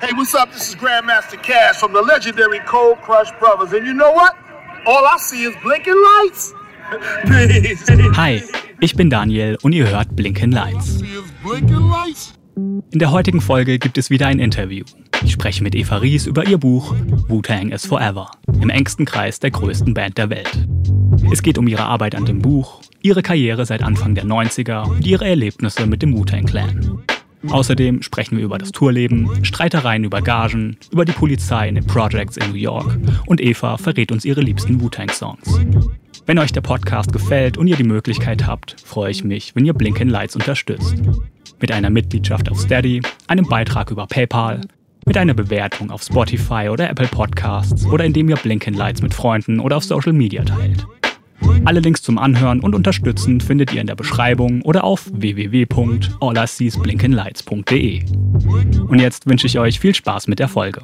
Hey, what's up? This is Grandmaster Cash from the legendary Cold Crush Brothers. And you know what? All I see is blinking lights. Hi, ich bin Daniel und ihr hört Blinking Lights. In der heutigen Folge gibt es wieder ein Interview. Ich spreche mit Eva Ries über ihr Buch Wu-Tang is Forever, im engsten Kreis der größten Band der Welt. Es geht um ihre Arbeit an dem Buch, ihre Karriere seit Anfang der 90er und ihre Erlebnisse mit dem Wu-Tang Clan. Außerdem sprechen wir über das Tourleben, Streitereien über Gagen, über die Polizei in den Projects in New York und Eva verrät uns ihre liebsten Wu-Tang-Songs. Wenn euch der Podcast gefällt und ihr die Möglichkeit habt, freue ich mich, wenn ihr Blinking Lights unterstützt. Mit einer Mitgliedschaft auf Steady, einem Beitrag über PayPal, mit einer Bewertung auf Spotify oder Apple Podcasts oder indem ihr Blinking Lights mit Freunden oder auf Social Media teilt. Alle Links zum Anhören und Unterstützen findet ihr in der Beschreibung oder auf www.alliseesblinkinglights.de. Und jetzt wünsche ich euch viel Spaß mit der Folge.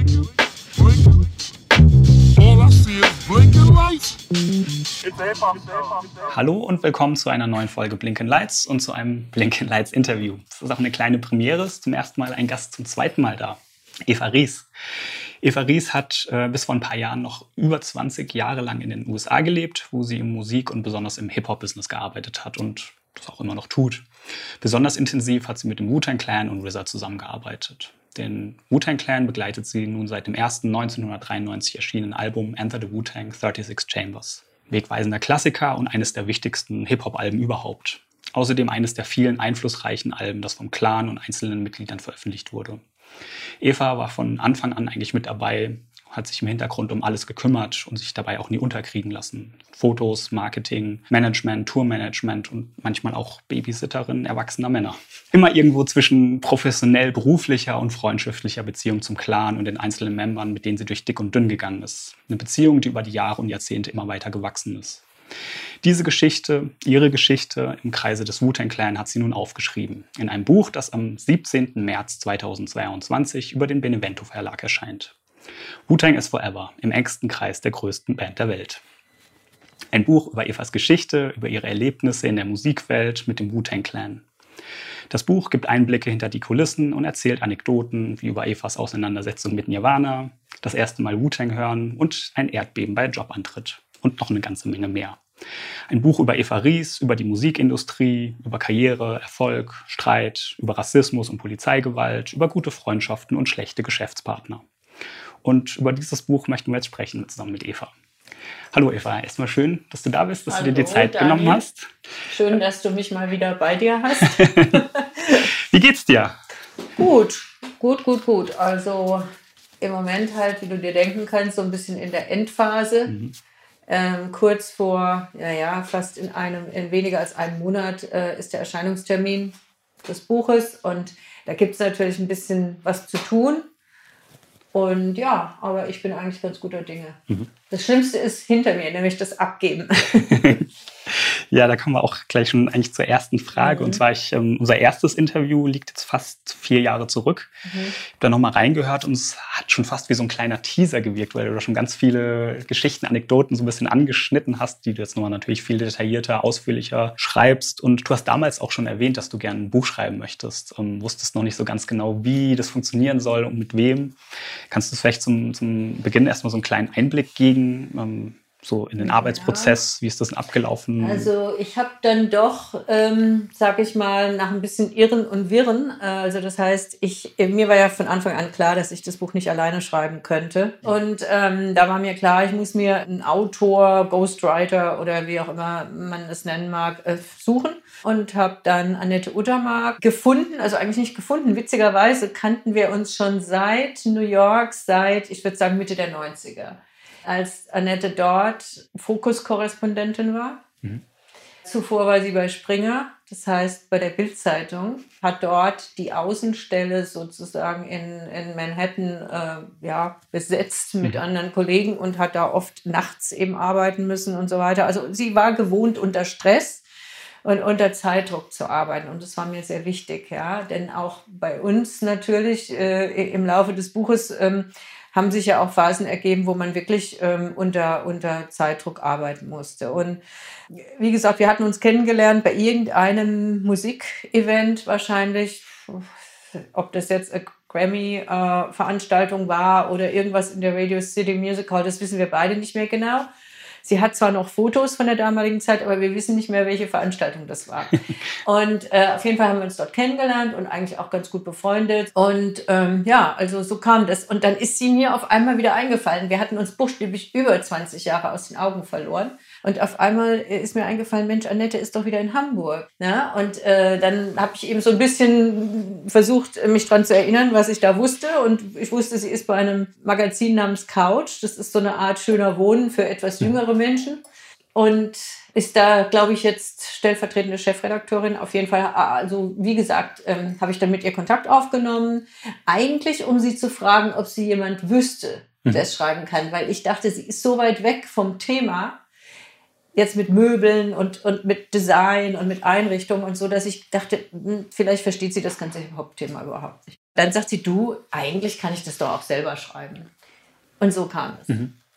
Hallo und willkommen zu einer neuen Folge Blinking Lights und zu einem Blinking Lights Interview. Das ist auch eine kleine Premiere, ist zum ersten Mal ein Gast zum zweiten Mal da. Eva Ries. Eva Ries hat bis vor ein paar Jahren noch über 20 Jahre lang in den USA gelebt, wo sie im Musik- und besonders im Hip-Hop-Business gearbeitet hat und das auch immer noch tut. Besonders intensiv hat sie mit dem Wu-Tang Clan und RZA zusammengearbeitet. Den Wu-Tang Clan begleitet sie nun seit dem ersten 1993 erschienenen Album Enter the Wu-Tang 36 Chambers. Wegweisender Klassiker und eines der wichtigsten Hip-Hop-Alben überhaupt. Außerdem eines der vielen einflussreichen Alben, das vom Clan und einzelnen Mitgliedern veröffentlicht wurde. Eva war von Anfang an eigentlich mit dabei, hat sich im Hintergrund um alles gekümmert und sich dabei auch nie unterkriegen lassen. Fotos, Marketing, Management, Tourmanagement und manchmal auch Babysitterin erwachsener Männer. Immer irgendwo zwischen professionell beruflicher und freundschaftlicher Beziehung zum Clan und den einzelnen Membern, mit denen sie durch dick und dünn gegangen ist. Eine Beziehung, die über die Jahre und Jahrzehnte immer weiter gewachsen ist. Diese Geschichte, ihre Geschichte im Kreise des Wu-Tang Clan hat sie nun aufgeschrieben. In einem Buch, das am 17. März 2022 über den Benevento Verlag erscheint. Wu-Tang is Forever, im engsten Kreis der größten Band der Welt. Ein Buch über Evas Geschichte, über ihre Erlebnisse in der Musikwelt mit dem Wu-Tang Clan. Das Buch gibt Einblicke hinter die Kulissen und erzählt Anekdoten wie über Evas Auseinandersetzung mit Nirvana, das erste Mal Wu-Tang hören und ein Erdbeben bei Jobantritt. Und noch eine ganze Menge mehr. Ein Buch über Eva Ries, über die Musikindustrie, über Karriere, Erfolg, Streit, über Rassismus und Polizeigewalt, über gute Freundschaften und schlechte Geschäftspartner. Und über dieses Buch möchten wir jetzt sprechen, zusammen mit Eva. Hallo Eva, erstmal schön, dass du da bist, dass du dir die Zeit genommen hast. Schön, dass du mich mal wieder bei dir hast. Wie geht's dir? Gut. Also im Moment halt, wie du dir denken kannst, so ein bisschen in der Endphase. Kurz vor, fast in weniger als einem Monat ist der Erscheinungstermin des Buches und da gibt es natürlich ein bisschen was zu tun. Und ja, aber ich bin eigentlich ganz guter Dinge. Das Schlimmste ist hinter mir, nämlich das Abgeben. Ja, da kommen wir auch gleich schon eigentlich zur ersten Frage. Und zwar, unser erstes Interview liegt jetzt fast 4 Jahre zurück. Ich habe da nochmal reingehört und es hat schon fast wie so ein kleiner Teaser gewirkt, weil du da schon ganz viele Geschichten, Anekdoten so ein bisschen angeschnitten hast, die du jetzt nochmal natürlich viel detaillierter, ausführlicher schreibst. Und du hast damals auch schon erwähnt, dass du gerne ein Buch schreiben möchtest. Wusstest noch nicht so ganz genau, wie das funktionieren soll und mit wem. Kannst du vielleicht zum Beginn erstmal so einen kleinen Einblick geben? So in den Arbeitsprozess, wie ist das denn abgelaufen? Also ich habe dann doch, sage ich mal, nach ein bisschen Irren und Wirren, also das heißt, mir war ja von Anfang an klar, dass ich das Buch nicht alleine schreiben könnte. Und da war mir klar, ich muss mir einen Autor, Ghostwriter oder wie auch immer man es nennen mag, suchen. Und habe dann Annette Uttermark gefunden, also eigentlich nicht gefunden, witzigerweise kannten wir uns schon seit New York, ich würde sagen Mitte der 90er. Als Annette dort Fokus-Korrespondentin war. Zuvor war sie bei Springer, das heißt bei der Bild-Zeitung, hat dort die Außenstelle sozusagen in Manhattan besetzt mit anderen Kollegen und hat da oft nachts eben arbeiten müssen und so weiter. Also sie war gewohnt, unter Stress und unter Zeitdruck zu arbeiten. Und das war mir sehr wichtig, ja, denn auch bei uns natürlich im Laufe des Buches haben sich ja auch Phasen ergeben, wo man wirklich unter Zeitdruck arbeiten musste. Und wie gesagt, wir hatten uns kennengelernt bei irgendeinem Musikevent wahrscheinlich. Ob das jetzt Grammy-Veranstaltung war oder irgendwas in der Radio City Music Hall, das wissen wir beide nicht mehr genau. Sie hat zwar noch Fotos von der damaligen Zeit, aber wir wissen nicht mehr, welche Veranstaltung das war. Und auf jeden Fall haben wir uns dort kennengelernt und eigentlich auch ganz gut befreundet. Und also so kam das. Und dann ist sie mir auf einmal wieder eingefallen. Wir hatten uns buchstäblich über 20 Jahre aus den Augen verloren. Und auf einmal ist mir eingefallen, Mensch, Annette ist doch wieder in Hamburg. Ja? Und dann habe ich eben so ein bisschen versucht, mich daran zu erinnern, was ich da wusste. Und ich wusste, sie ist bei einem Magazin namens Couch. Das ist so eine Art schöner Wohnen für etwas jüngere Menschen. Und ist da, glaube ich, jetzt stellvertretende Chefredakteurin. Auf jeden Fall, also wie gesagt, habe ich dann mit ihr Kontakt aufgenommen. Eigentlich, um sie zu fragen, ob sie jemand wüsste, der es schreiben kann. Weil ich dachte, sie ist so weit weg vom Thema, jetzt mit Möbeln und mit Design und mit Einrichtungen und so, dass ich dachte, vielleicht versteht sie das ganze Hauptthema überhaupt nicht. Dann sagt sie, du, eigentlich kann ich das doch auch selber schreiben. Und so kam es.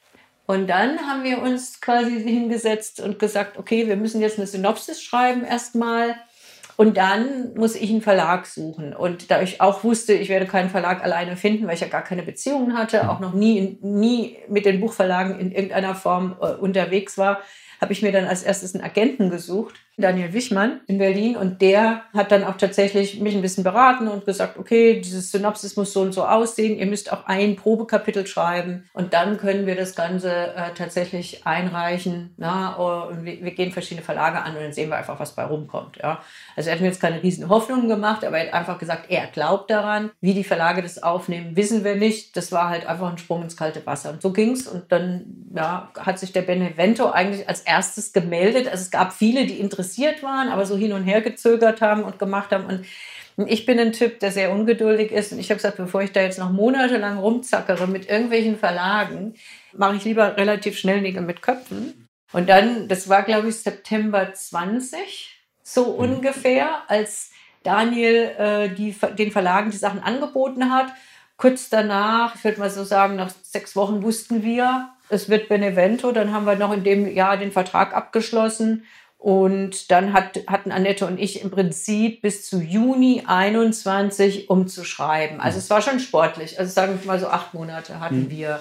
Und dann haben wir uns quasi hingesetzt und gesagt, okay, wir müssen jetzt eine Synopsis schreiben erstmal. Und dann muss ich einen Verlag suchen. Und da ich auch wusste, ich werde keinen Verlag alleine finden, weil ich ja gar keine Beziehungen hatte, auch noch nie mit den Buchverlagen in irgendeiner Form unterwegs war, habe ich mir dann als erstes einen Agenten gesucht, Daniel Wichmann in Berlin. Und der hat dann auch tatsächlich mich ein bisschen beraten und gesagt, okay, dieses Synopsis muss so und so aussehen. Ihr müsst auch ein Probekapitel schreiben. Und dann können wir das Ganze tatsächlich einreichen. Und wir gehen verschiedene Verlage an und dann sehen wir einfach, was bei rumkommt. Ja. Also er hat mir jetzt keine riesen Hoffnungen gemacht, aber er hat einfach gesagt, er glaubt daran. Wie die Verlage das aufnehmen, wissen wir nicht. Das war halt einfach ein Sprung ins kalte Wasser. Und so ging's. Und dann hat sich der Benevento eigentlich als erstes gemeldet. Also es gab viele, die interessiert waren, aber so hin und her gezögert haben und gemacht haben. Und ich bin ein Typ, der sehr ungeduldig ist. Und ich habe gesagt, bevor ich da jetzt noch monatelang rumzackere mit irgendwelchen Verlagen, mache ich lieber relativ schnell Nägel mit Köpfen. Und dann, das war, glaube ich, September 20, so ungefähr, als Daniel den Verlagen die Sachen angeboten hat. Kurz danach, ich würde mal so sagen, nach 6 Wochen wussten wir, es wird Benevento. Dann haben wir noch in dem Jahr den Vertrag abgeschlossen. Und dann hatten Annette und ich im Prinzip bis zu Juni 21 zu schreiben. Also es war schon sportlich. Also sagen wir mal so 8 Monate hatten wir.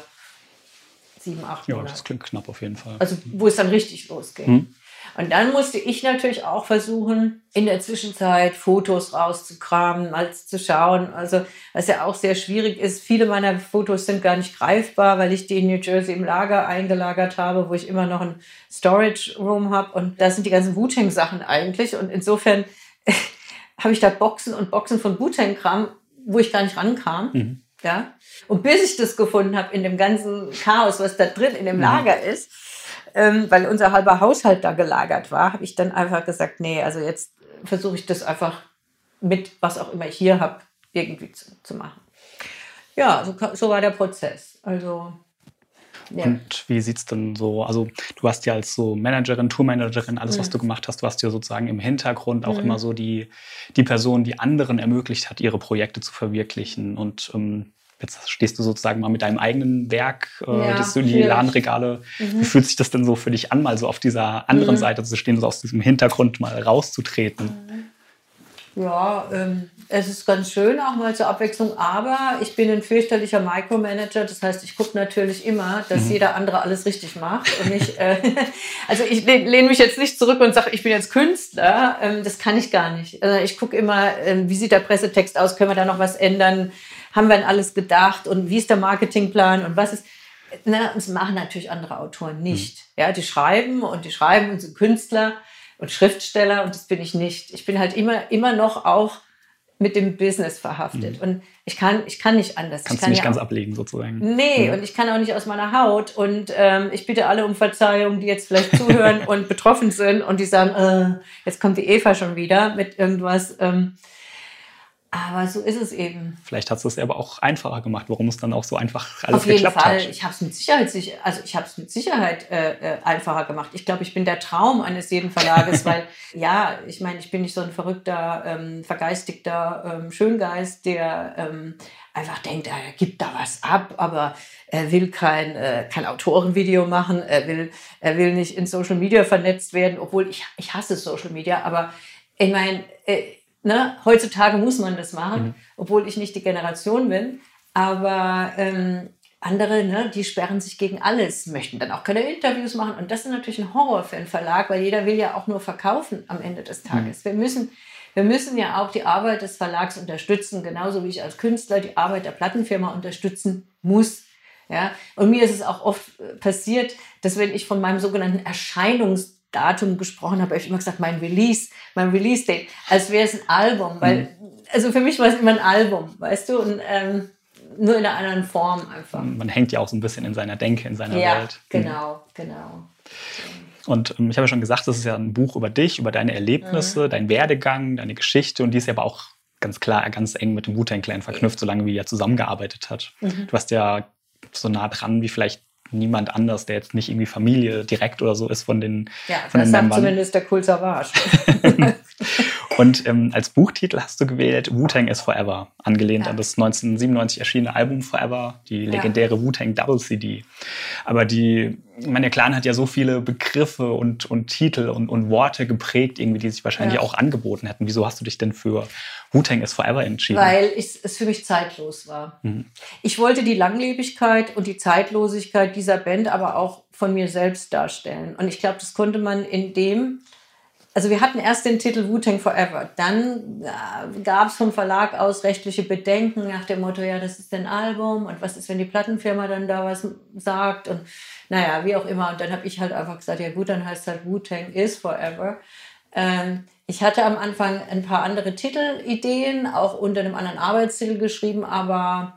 7, 8 Monate. Ja, das klingt knapp auf jeden Fall. Also wo es dann richtig losging. Und dann musste ich natürlich auch versuchen, in der Zwischenzeit Fotos rauszukramen, mal zu schauen. Also was ja auch sehr schwierig ist, viele meiner Fotos sind gar nicht greifbar, weil ich die in New Jersey im Lager eingelagert habe, wo ich immer noch ein Storage Room habe. Und da sind die ganzen Wu-Tang-Sachen eigentlich. Und insofern habe ich da Boxen und Boxen von Wu-Tang-Kram, wo ich gar nicht rankam. Ja? Und bis ich das gefunden habe in dem ganzen Chaos, was da drin in dem Lager ist, weil unser halber Haushalt da gelagert war, habe ich dann einfach gesagt, nee, also jetzt versuche ich das einfach mit, was auch immer ich hier habe, irgendwie zu machen. Ja, so war der Prozess. Also, ja. Und wie sieht es denn so, also du hast ja als so Managerin, Tourmanagerin, alles, was du gemacht hast, du hast ja sozusagen im Hintergrund auch immer so die Person, die anderen ermöglicht hat, ihre Projekte zu verwirklichen. Und jetzt stehst du sozusagen mal mit deinem eigenen Werk, die Ladenregale. Wie fühlt sich das denn so für dich an, mal so auf dieser anderen Seite zu stehen, so aus diesem Hintergrund mal rauszutreten? Ja, es ist ganz schön, auch mal zur Abwechslung, aber ich bin ein fürchterlicher Micromanager, das heißt, ich gucke natürlich immer, dass jeder andere alles richtig macht und nicht, also ich lehne mich jetzt nicht zurück und sage, ich bin jetzt Künstler, das kann ich gar nicht. Also ich gucke immer, wie sieht der Pressetext aus, können wir da noch was ändern, haben wir an alles gedacht und wie ist der Marketingplan und was ist, das machen natürlich andere Autoren nicht. Ja, die schreiben und sind Künstler und Schriftsteller und das bin ich nicht. Ich bin halt immer noch auch mit dem Business verhaftet und ich kann nicht anders. Kannst du nicht ganz ablegen sozusagen. Nee, und ich kann auch nicht aus meiner Haut und ich bitte alle um Verzeihung, die jetzt vielleicht zuhören und betroffen sind und die sagen, jetzt kommt die Eva schon wieder mit irgendwas. Aber so ist es eben. Vielleicht hat es das aber auch einfacher gemacht, warum es dann auch so einfach alles geklappt hat. Auf jeden Fall. Hat. Ich habe es mit Sicherheit einfacher gemacht. Ich glaube, ich bin der Traum eines jeden Verlages, weil, ja, ich meine, ich bin nicht so ein verrückter, vergeistigter Schöngeist, der einfach denkt, er gibt da was ab, aber er will kein Autorenvideo machen, er will nicht in Social Media vernetzt werden, obwohl ich hasse Social Media, aber ich meine, ne, heutzutage muss man das machen, obwohl ich nicht die Generation bin. Aber andere, ne, die sperren sich gegen alles, möchten dann auch keine Interviews machen. Und das ist natürlich ein Horror für einen Verlag, weil jeder will ja auch nur verkaufen am Ende des Tages. Wir müssen ja auch die Arbeit des Verlags unterstützen, genauso wie ich als Künstler die Arbeit der Plattenfirma unterstützen muss. Ja? Und mir ist es auch oft passiert, dass wenn ich von meinem sogenannten Erscheinungsdatum gesprochen habe, habe ich immer gesagt, mein Release-Date, als wäre es ein Album. Weil, also für mich war es immer ein Album, weißt du, und nur in einer anderen Form einfach. Man hängt ja auch so ein bisschen in seiner Denke, in seiner Welt. Genau. Und ich habe ja schon gesagt, das ist ja ein Buch über dich, über deine Erlebnisse, deinen Werdegang, deine Geschichte. Und die ist ja aber auch ganz klar, ganz eng mit dem Wu-Tang Clan verknüpft, solange wie ihr zusammengearbeitet hat. Du warst ja so nah dran wie vielleicht niemand anders, der jetzt nicht irgendwie Familie direkt oder so ist von den von das den sagt zumindest der Kool Savas. Und als Buchtitel hast du gewählt Wu-Tang is Forever, angelehnt an das 1997 erschienene Album Forever, die legendäre Wu-Tang Double CD. Aber der Clan hat ja so viele Begriffe und Titel und Worte geprägt, irgendwie, die sich wahrscheinlich auch angeboten hätten. Wieso hast du dich denn für Wu-Tang is Forever entschieden? Weil es für mich zeitlos war. Ich wollte die Langlebigkeit und die Zeitlosigkeit dieser Band aber auch von mir selbst darstellen. Und ich glaube, das konnte man also wir hatten erst den Titel Wu-Tang Forever. Dann gab es vom Verlag aus rechtliche Bedenken nach dem Motto, ja, das ist ein Album und was ist, wenn die Plattenfirma dann da was sagt und naja, wie auch immer. Und dann habe ich halt einfach gesagt, ja gut, dann heißt es halt Wu-Tang is Forever. Ich hatte am Anfang ein paar andere Titelideen, auch unter einem anderen Arbeitstitel geschrieben, aber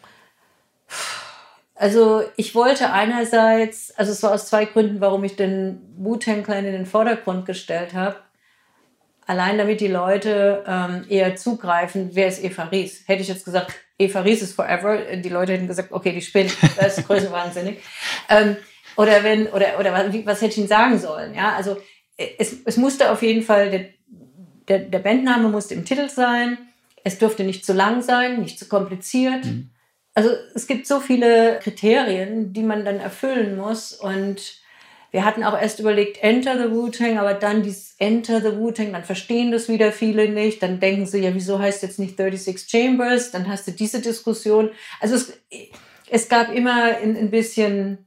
also ich wollte einerseits, also es war aus zwei Gründen, warum ich den Wu-Tang Clan in den Vordergrund gestellt habe. Allein damit die Leute eher zugreifen, wer ist Eva Ries? Hätte ich jetzt gesagt, Eva Ries ist forever, die Leute hätten gesagt, okay, die spinnt, das ist größenwahnsinnig. Oder was hätte ich ihnen sagen sollen? Ja, also es musste auf jeden Fall, der Bandname musste im Titel sein, es durfte nicht zu lang sein, nicht zu kompliziert. Also es gibt so viele Kriterien, die man dann erfüllen muss und wir hatten auch erst überlegt, Enter the Wu-Tang, aber dann dieses Enter the Wu-Tang, dann verstehen das wieder viele nicht, dann denken sie, ja, wieso heißt jetzt nicht 36 Chambers, dann hast du diese Diskussion. Also es gab immer ein bisschen,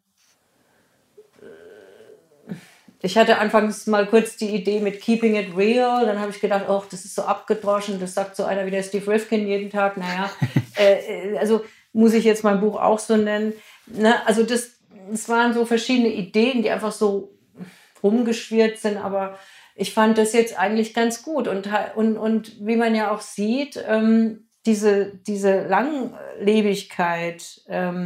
ich hatte anfangs mal kurz die Idee mit Keeping It Real, dann habe ich gedacht, oh, das ist so abgedroschen, das sagt so einer wie der Steve Rifkin jeden Tag, naja, also muss ich jetzt mein Buch auch so nennen. Ne? Also das waren so verschiedene Ideen, die einfach so rumgeschwirrt sind, aber ich fand das jetzt eigentlich ganz gut. Und wie man ja auch sieht, diese Langlebigkeit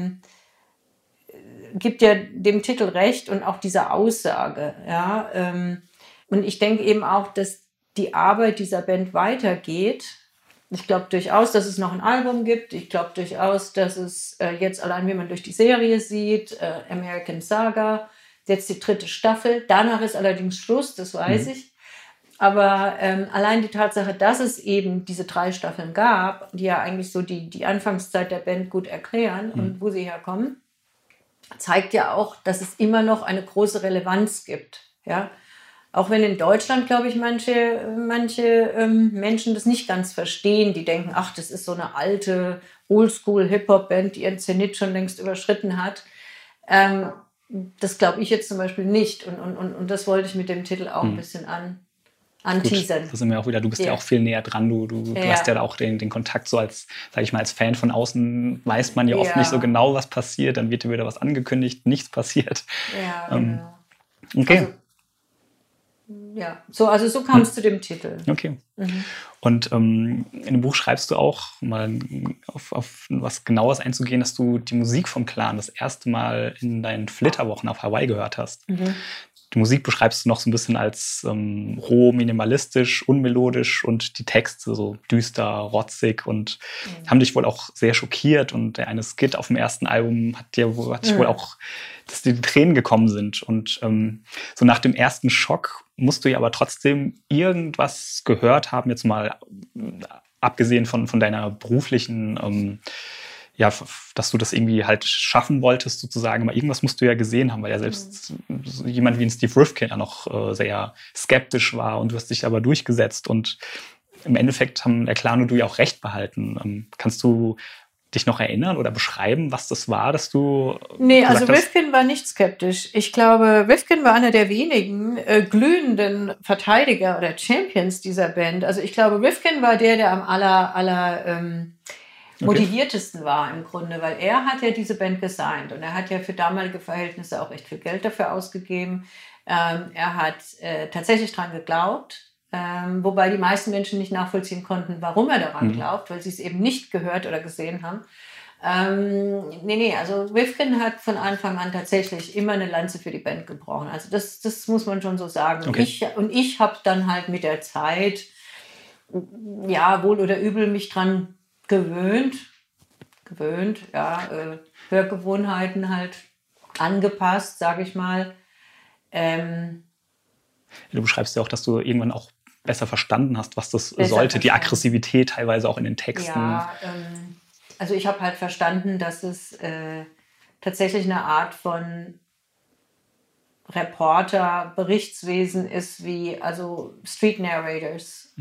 gibt ja dem Titel recht und auch diese Aussage. Ja? Und ich denke eben auch, dass die Arbeit dieser Band weitergeht. Ich glaube durchaus, dass es noch ein Album gibt. Ich glaube durchaus, dass es jetzt allein, wie man durch die Serie sieht, American Saga, jetzt die 3. Staffel. Danach ist allerdings Schluss, das weiß ich. Aber allein die Tatsache, dass es eben diese 3 Staffeln gab, die ja eigentlich so die Anfangszeit der Band gut erklären und wo sie herkommen, zeigt ja auch, dass es immer noch eine große Relevanz gibt. Ja? Auch wenn in Deutschland, glaube ich, manche Menschen das nicht ganz verstehen. Die denken, ach, das ist so eine alte Oldschool-Hip-Hop-Band, die ihren Zenit schon längst überschritten hat. Das glaube ich jetzt zum Beispiel nicht. Und das wollte ich mit dem Titel auch ein bisschen anteasern. Gut, das sind wir auch wieder, du bist ja auch viel näher dran. Du hast ja auch den Kontakt so als, sage ich mal, als Fan von außen weiß man ja oft nicht so genau, was passiert. Dann wird dir wieder was angekündigt, nichts passiert. Ja, genau. Okay. Also so kam es zu dem Titel. Okay. Und in dem Buch schreibst du auch, mal auf was Genaues einzugehen, dass du die Musik vom Clan das erste Mal in deinen Flitterwochen auf Hawaii gehört hast. Die Musik beschreibst du noch so ein bisschen als roh, minimalistisch, unmelodisch und die Texte so düster, rotzig und haben dich wohl auch sehr schockiert. Und der eine Skit auf dem ersten Album hat dich wohl auch, dass dir die Tränen gekommen sind. Und so nach dem ersten Schock musst du ja aber trotzdem irgendwas gehört haben, jetzt mal abgesehen von deiner beruflichen dass du das irgendwie halt schaffen wolltest sozusagen, aber irgendwas musst du ja gesehen haben, weil ja selbst jemand wie ein Steve Rifkin ja noch sehr skeptisch war und du hast dich aber durchgesetzt und im Endeffekt haben der Clan und du ja auch recht behalten. Kannst du dich noch erinnern oder beschreiben, was das war, dass du Nee, gesagt also hast? Rifkin war nicht skeptisch. Ich glaube, Rifkin war einer der wenigen glühenden Verteidiger oder Champions dieser Band. Also ich glaube, Rifkin war der am motiviertesten war im Grunde, weil er hat ja diese Band gesigned und er hat ja für damalige Verhältnisse auch echt viel Geld dafür ausgegeben. Er hat tatsächlich dran geglaubt, wobei die meisten Menschen nicht nachvollziehen konnten, warum er daran glaubt, weil sie es eben nicht gehört oder gesehen haben. Also Rifkin hat von Anfang an tatsächlich immer eine Lanze für die Band gebrochen. Also das muss man schon so sagen. Okay. Ich habe dann halt mit der Zeit, ja, wohl oder übel mich dran gewöhnt, Hörgewohnheiten halt angepasst, sage ich mal. Du beschreibst ja auch, dass du irgendwann auch besser verstanden hast, was das Besser sollte, die verstanden. Aggressivität teilweise auch in den Texten. Ja, also ich habe halt verstanden, dass es tatsächlich eine Art von Reporter-Berichtswesen ist, wie also Street Narrators.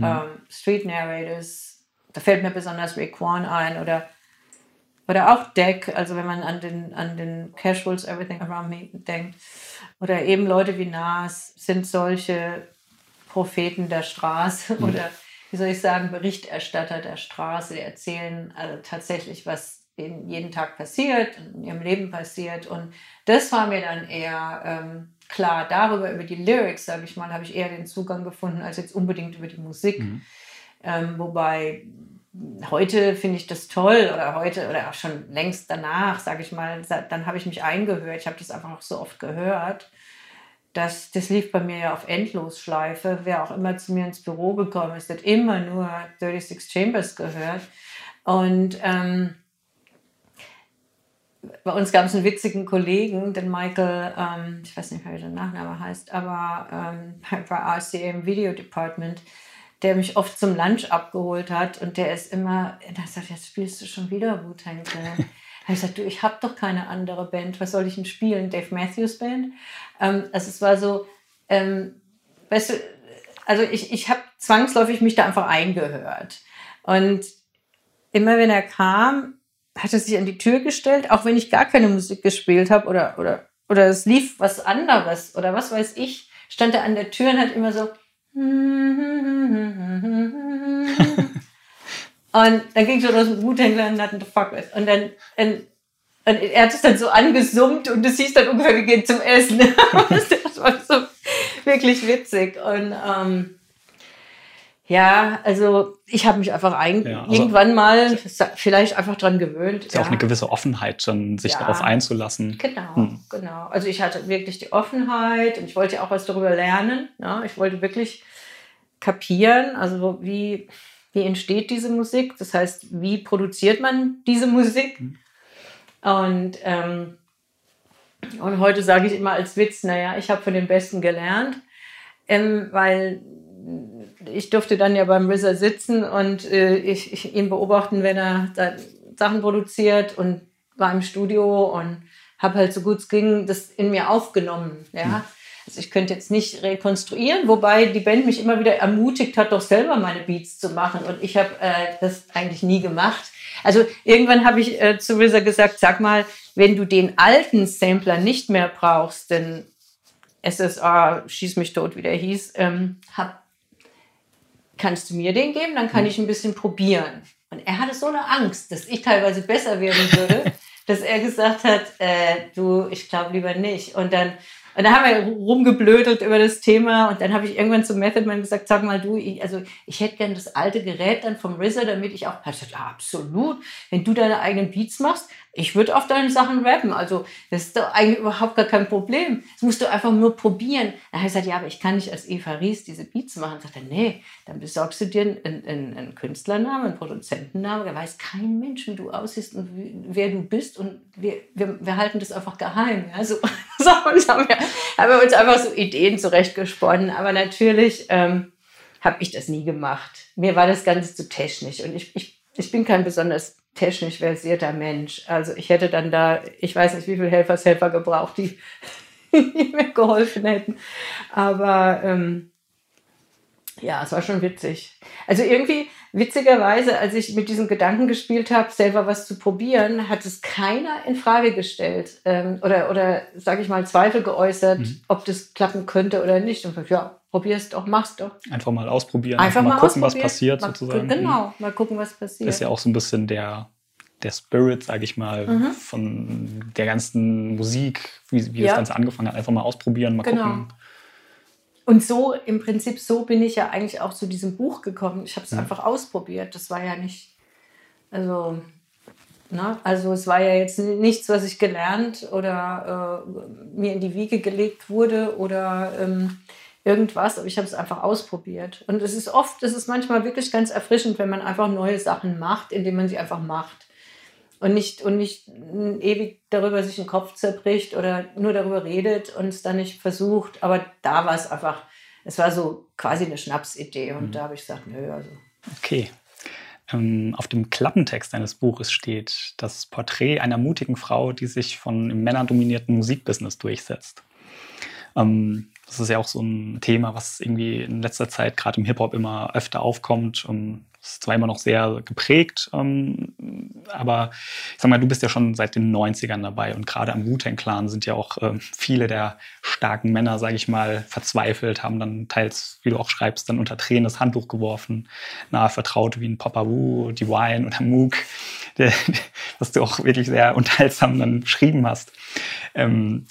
Da fällt mir besonders Raekwon ein oder auch Deck, also wenn man an den Casuals, Everything Around Me denkt. Oder eben Leute wie Nas sind solche Propheten der Straße oder, wie soll ich sagen, Berichterstatter der Straße. Die erzählen also tatsächlich, was ihnen jeden Tag passiert, in ihrem Leben passiert. Und das war mir dann eher klar. Darüber, über die Lyrics, sage ich mal, habe ich eher den Zugang gefunden, als jetzt unbedingt über die Musik. Wobei heute finde ich das toll oder heute oder auch schon längst danach, sage ich mal, dann habe ich mich eingehört. Ich habe das einfach noch so oft gehört. Das lief bei mir ja auf Endlosschleife. Wer auch immer zu mir ins Büro gekommen ist, hat immer nur 36 Chambers gehört. Und bei uns gab es einen witzigen Kollegen, den Michael, ich weiß nicht mehr, wie der Nachname heißt, aber bei RCA im Video Department, der mich oft zum Lunch abgeholt hat und der ist immer, der sagt, jetzt spielst du schon wieder Wu-Tang Clan. Ich sagte, du, ich habe doch keine andere Band, was soll ich denn spielen? Dave Matthews Band? Also es war so, weißt du, also ich habe zwangsläufig mich da einfach eingehört. Und immer wenn er kam, hat er sich an die Tür gestellt, auch wenn ich gar keine Musik gespielt habe oder es lief was anderes oder was weiß ich, stand er an der Tür und hat immer so und dann ging schon aus dem Wu-Tang Clan nothing to fuck with. Und er hat es dann so angesummt und es hieß dann ungefähr, wir gehen zum Essen. Das war so wirklich witzig. Und also ich habe mich einfach irgendwann mal vielleicht einfach dran gewöhnt. Ist ja auch eine gewisse Offenheit, dann sich darauf einzulassen. Genau. Also ich hatte wirklich die Offenheit und ich wollte ja auch was darüber lernen. Ja? Ich wollte wirklich kapieren, also wie entsteht diese Musik? Das heißt, wie produziert man diese Musik? Und heute sage ich immer als Witz, ich habe von den Besten gelernt, weil ich durfte dann ja beim RZA sitzen und ich ihn beobachten, wenn er da Sachen produziert und war im Studio und habe halt so gut es ging das in mir aufgenommen. Ja? Also ich könnte jetzt nicht rekonstruieren, wobei die Band mich immer wieder ermutigt hat, doch selber meine Beats zu machen und ich habe das eigentlich nie gemacht. Also irgendwann habe ich zu RZA gesagt, sag mal, wenn du den alten Sampler nicht mehr brauchst, denn SSA, schieß mich tot, wie der hieß, kannst du mir den geben, dann kann ich ein bisschen probieren. Und er hatte so eine Angst, dass ich teilweise besser werden würde, dass er gesagt hat, du, ich glaube lieber nicht. Und dann haben wir rumgeblödelt über das Thema und dann habe ich irgendwann zum Method Man gesagt, sag mal du, ich hätte gern das alte Gerät dann vom RZA, damit ich auch, er hat gesagt, ja, absolut, wenn du deine eigenen Beats machst, ich würde auf deine Sachen rappen, also das ist doch eigentlich überhaupt gar kein Problem, das musst du einfach nur probieren. Dann habe ich gesagt, ja, aber ich kann nicht als Eva Ries diese Beats machen. Dann sagt er, nee, dann besorgst du dir einen Künstlernamen, einen Produzentennamen, da weiß kein Mensch, wie du aussiehst und wer du bist und wir halten das einfach geheim. Ja? So haben wir uns einfach so Ideen zurechtgesponnen, aber natürlich habe ich das nie gemacht. Mir war das Ganze zu technisch und ich bin kein besonders technisch versierter Mensch. Also ich hätte dann da, ich weiß nicht, wie viele Helfershelfer gebraucht, die mir geholfen hätten. Aber Ja, es war schon witzig. Also irgendwie, witzigerweise, als ich mit diesem Gedanken gespielt habe, selber was zu probieren, hat es keiner in Frage gestellt oder sage ich mal, Zweifel geäußert, ob das klappen könnte oder nicht. Und ich, ja, probier's doch, mach's doch. Einfach mal ausprobieren, Einfach mal gucken, was ausprobieren. passiert sozusagen. Genau, mal gucken, was passiert. Ist ja auch so ein bisschen der Spirit, sage ich mal, von der ganzen Musik, wie das Ganze angefangen hat. Einfach mal ausprobieren, mal gucken. Und so, im Prinzip, so bin ich ja eigentlich auch zu diesem Buch gekommen. Ich habe es einfach ausprobiert. Das war ja nicht, also es war ja jetzt nichts, was ich gelernt oder mir in die Wiege gelegt wurde oder irgendwas, aber ich habe es einfach ausprobiert. Und es ist manchmal wirklich ganz erfrischend, wenn man einfach neue Sachen macht, indem man sie einfach macht. Und nicht ewig darüber sich den Kopf zerbricht oder nur darüber redet und es dann nicht versucht. Aber da war es einfach, es war so quasi eine Schnapsidee. Und da habe ich gesagt, nö, also. Okay. Auf dem Klappentext eines Buches steht das Porträt einer mutigen Frau, die sich von im männerdominierten Musikbusiness durchsetzt. Das ist ja auch so ein Thema, was irgendwie in letzter Zeit gerade im Hip-Hop immer öfter aufkommt. Es ist zwar immer noch sehr geprägt, aber ich sag mal, du bist ja schon seit den 90ern dabei und gerade am Wu-Tang Clan sind ja auch viele der starken Männer, sage ich mal, verzweifelt, haben dann teils, wie du auch schreibst, dann unter Tränen das Handtuch geworfen, nahe Vertraute wie ein Papa Wu, Divine oder Mook, was du auch wirklich sehr unterhaltsam dann beschrieben hast. Wenn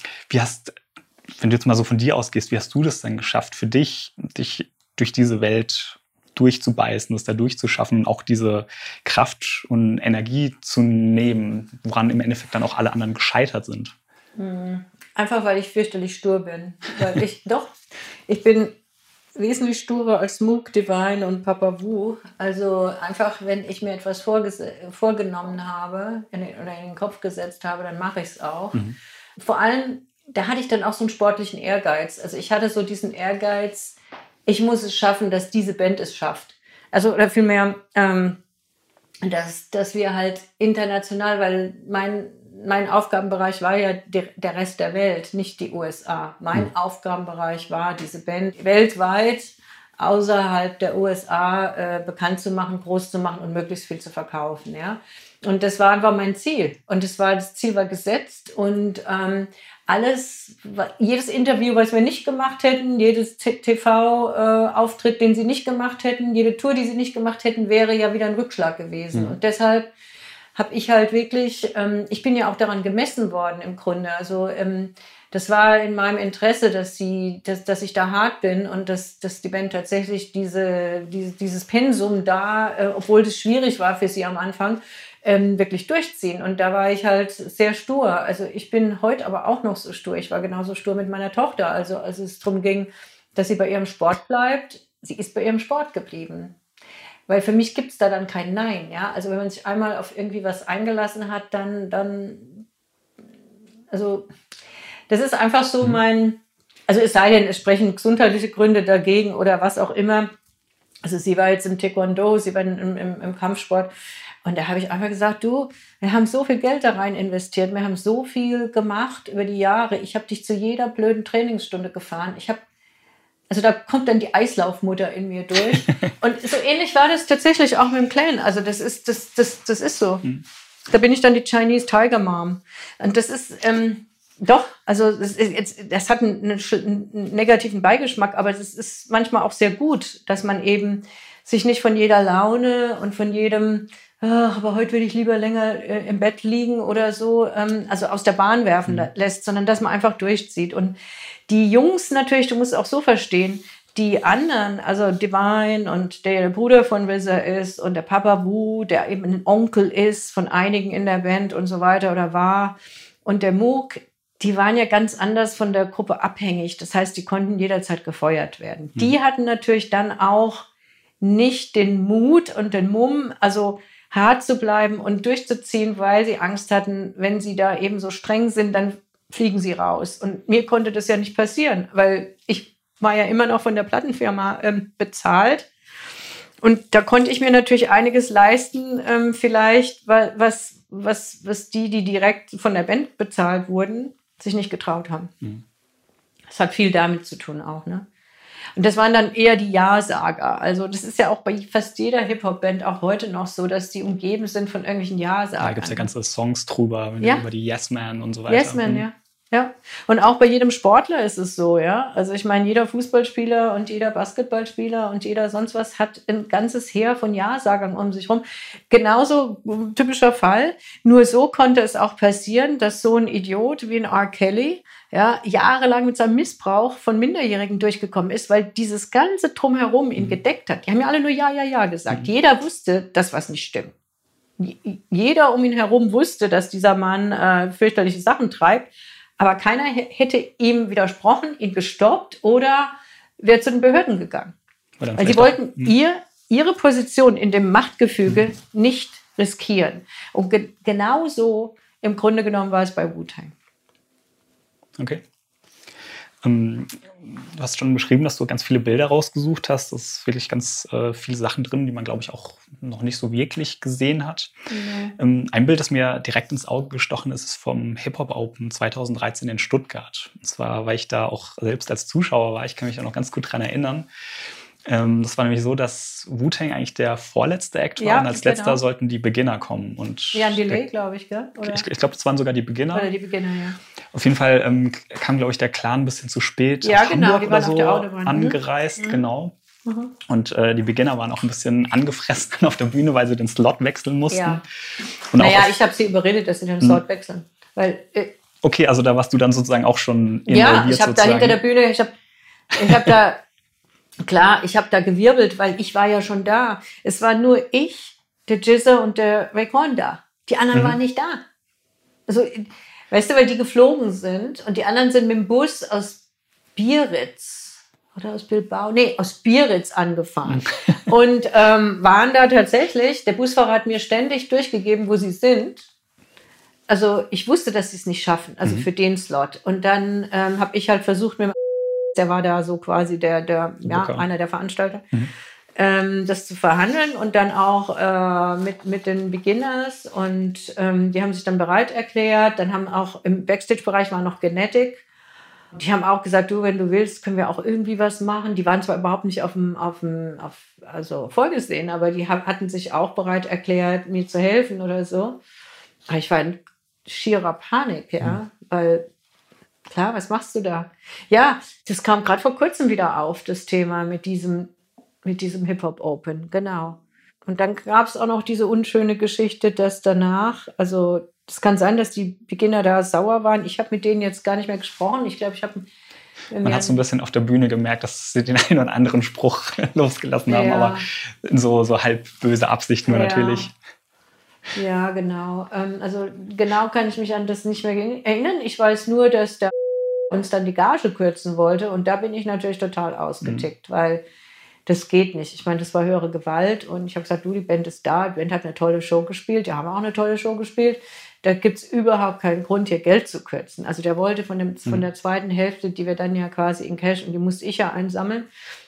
du jetzt mal so von dir ausgehst, wie hast du das denn geschafft für dich durch diese Welt durchzubeißen, das da durchzuschaffen, auch diese Kraft und Energie zu nehmen, woran im Endeffekt dann auch alle anderen gescheitert sind? Einfach, weil ich fürchterlich stur bin. Weil ich bin wesentlich sturer als Mook, Divine und Papa Wu. Also einfach, wenn ich mir etwas vorgenommen habe oder in den Kopf gesetzt habe, dann mache ich es auch. Vor allem, da hatte ich dann auch so einen sportlichen Ehrgeiz. Also ich hatte so diesen Ehrgeiz, ich muss es schaffen, dass diese Band es schafft. Also, oder vielmehr, dass wir halt international, weil mein Aufgabenbereich war ja der Rest der Welt, nicht die USA. Mein Aufgabenbereich war, diese Band weltweit außerhalb der USA bekannt zu machen, groß zu machen und möglichst viel zu verkaufen. Ja? Und das war einfach mein Ziel. Und das Ziel war gesetzt und jedes Interview, was wir nicht gemacht hätten, jedes TV-Auftritt, den sie nicht gemacht hätten, jede Tour, die sie nicht gemacht hätten, wäre ja wieder ein Rückschlag gewesen. Und deshalb habe ich halt wirklich, ich bin ja auch daran gemessen worden im Grunde. Also das war in meinem Interesse, dass ich da hart bin und dass die Band tatsächlich dieses Pensum da, obwohl das schwierig war für sie am Anfang, wirklich durchziehen. Und da war ich halt sehr stur. Also ich bin heute aber auch noch so stur. Ich war genauso stur mit meiner Tochter. Also als es darum ging, dass sie bei ihrem Sport bleibt, sie ist bei ihrem Sport geblieben. Weil für mich gibt es da dann kein Nein. Ja? Also wenn man sich einmal auf irgendwie was eingelassen hat, dann also das ist einfach so also es sei denn, es sprechen gesundheitliche Gründe dagegen oder was auch immer. Also sie war jetzt im Taekwondo, sie war im Kampfsport. Und da habe ich einfach gesagt, du, wir haben so viel Geld da rein investiert, wir haben so viel gemacht über die Jahre. Ich habe dich zu jeder blöden Trainingsstunde gefahren. Also da kommt dann die Eislaufmutter in mir durch. Und so ähnlich war das tatsächlich auch mit dem Clan. Also das ist so. Da bin ich dann die Chinese Tiger Mom. Und das ist, doch, also das hat einen negativen Beigeschmack, aber das ist manchmal auch sehr gut, dass man eben sich nicht von jeder Laune und von jedem, aber heute will ich lieber länger im Bett liegen oder so, also aus der Bahn werfen lässt, sondern dass man einfach durchzieht. Und die Jungs natürlich, du musst es auch so verstehen, die anderen, also Divine und der Bruder von RZA ist und der Papa Wu, der eben ein Onkel ist von einigen in der Band und so weiter oder war, und der Mook, die waren ja ganz anders von der Gruppe abhängig. Das heißt, die konnten jederzeit gefeuert werden. Die hatten natürlich dann auch nicht den Mut und den Mumm, also hart zu bleiben und durchzuziehen, weil sie Angst hatten, wenn sie da eben so streng sind, dann fliegen sie raus. Und mir konnte das ja nicht passieren, weil ich war ja immer noch von der Plattenfirma bezahlt. Und da konnte ich mir natürlich einiges leisten, vielleicht, was die direkt von der Band bezahlt wurden, sich nicht getraut haben. Das hat viel damit zu tun auch, ne? Und das waren dann eher die Ja-Sager. Also das ist ja auch bei fast jeder Hip-Hop-Band auch heute noch so, dass die umgeben sind von irgendwelchen Ja-Sagern. Da gibt es ja ganze Songs drüber, über die Yes Man und so weiter. Yes Man, ja. Ja, und auch bei jedem Sportler ist es so, ja. Also ich meine, jeder Fußballspieler und jeder Basketballspieler und jeder sonst was hat ein ganzes Heer von Ja-Sagern um sich rum. Genauso typischer Fall. Nur so konnte es auch passieren, dass so ein Idiot wie ein R. Kelly jahrelang mit seinem Missbrauch von Minderjährigen durchgekommen ist, weil dieses ganze Drumherum ihn gedeckt hat. Die haben ja alle nur Ja gesagt. Jeder wusste, dass was nicht stimmt. Jeder um ihn herum wusste, dass dieser Mann fürchterliche Sachen treibt. Aber keiner hätte ihm widersprochen, ihn gestoppt oder wäre zu den Behörden gegangen. Weil sie wollten ihre Position in dem Machtgefüge nicht riskieren. Und genauso im Grunde genommen war es bei Wu-Tang. Okay. Du hast schon beschrieben, dass du ganz viele Bilder rausgesucht hast. Das ist wirklich ganz viele Sachen drin, die man, glaube ich, auch noch nicht so wirklich gesehen hat. Mhm. Ein Bild, das mir direkt ins Auge gestochen ist, ist vom Hip-Hop Open 2013 in Stuttgart. Und zwar, weil ich da auch selbst als Zuschauer war. Ich kann mich da noch ganz gut dran erinnern. Das war nämlich so, dass Wu-Tang eigentlich der vorletzte Act war und als letzter sollten die Beginner kommen. Und ein Delay, glaube ich, gell? Oder? Ich glaube, das waren sogar die Beginner. Oder die Beginner, ja. Auf jeden Fall kam, glaube ich, der Clan ein bisschen zu spät aus Hamburg die waren oder auf der Autobahn, angereist, genau. Mhm. Und die Beginner waren auch ein bisschen angefressen auf der Bühne, weil sie den Slot wechseln mussten. Ja. Und ich habe sie überredet, dass sie den Slot wechseln. Weil, okay, also da warst du dann sozusagen auch schon involviert. Ja, ich habe da hinter der Bühne, ich hab da... Klar, ich habe da gewirbelt, weil ich war ja schon da. Es war nur ich, der Jizza und der Raekwon da. Die anderen waren nicht da. Also, weißt du, weil die geflogen sind und die anderen sind mit dem Bus aus Biarritz oder aus Bilbao? Nee, aus Biarritz angefahren. Und waren da tatsächlich, der Busfahrer hat mir ständig durchgegeben, wo sie sind. Also ich wusste, dass sie es nicht schaffen, also für den Slot. Und dann habe ich halt versucht, der war da so quasi einer der Veranstalter, das zu verhandeln und dann auch mit den Beginners und die haben sich dann bereit erklärt. Dann haben auch im Backstage-Bereich war noch Genetic. Die haben auch gesagt, du, wenn du willst, können wir auch irgendwie was machen. Die waren zwar überhaupt nicht vorgesehen, aber die hatten sich auch bereit erklärt, mir zu helfen oder so. Aber ich war in schierer Panik, weil klar, was machst du da? Ja, das kam gerade vor kurzem wieder auf, das Thema mit diesem Hip-Hop Open, genau. Und dann gab es auch noch diese unschöne Geschichte, dass danach, also es kann sein, dass die Beginner da sauer waren. Ich habe mit denen jetzt gar nicht mehr gesprochen. Ich glaube, man hat so ein bisschen auf der Bühne gemerkt, dass sie den einen oder anderen Spruch losgelassen haben, aber in so halb böse Absicht nur natürlich. Ja, genau. Also genau kann ich mich an das nicht mehr erinnern. Ich weiß nur, dass der uns dann die Gage kürzen wollte und da bin ich natürlich total ausgetickt, weil das geht nicht. Ich meine, das war höhere Gewalt und ich habe gesagt, du, die Band ist da, die Band hat eine tolle Show gespielt, die haben auch eine tolle Show gespielt. Da gibt es überhaupt keinen Grund, hier Geld zu kürzen. Also der wollte von der zweiten Hälfte, die wir dann ja quasi in Cash, und die musste ich ja einsammeln,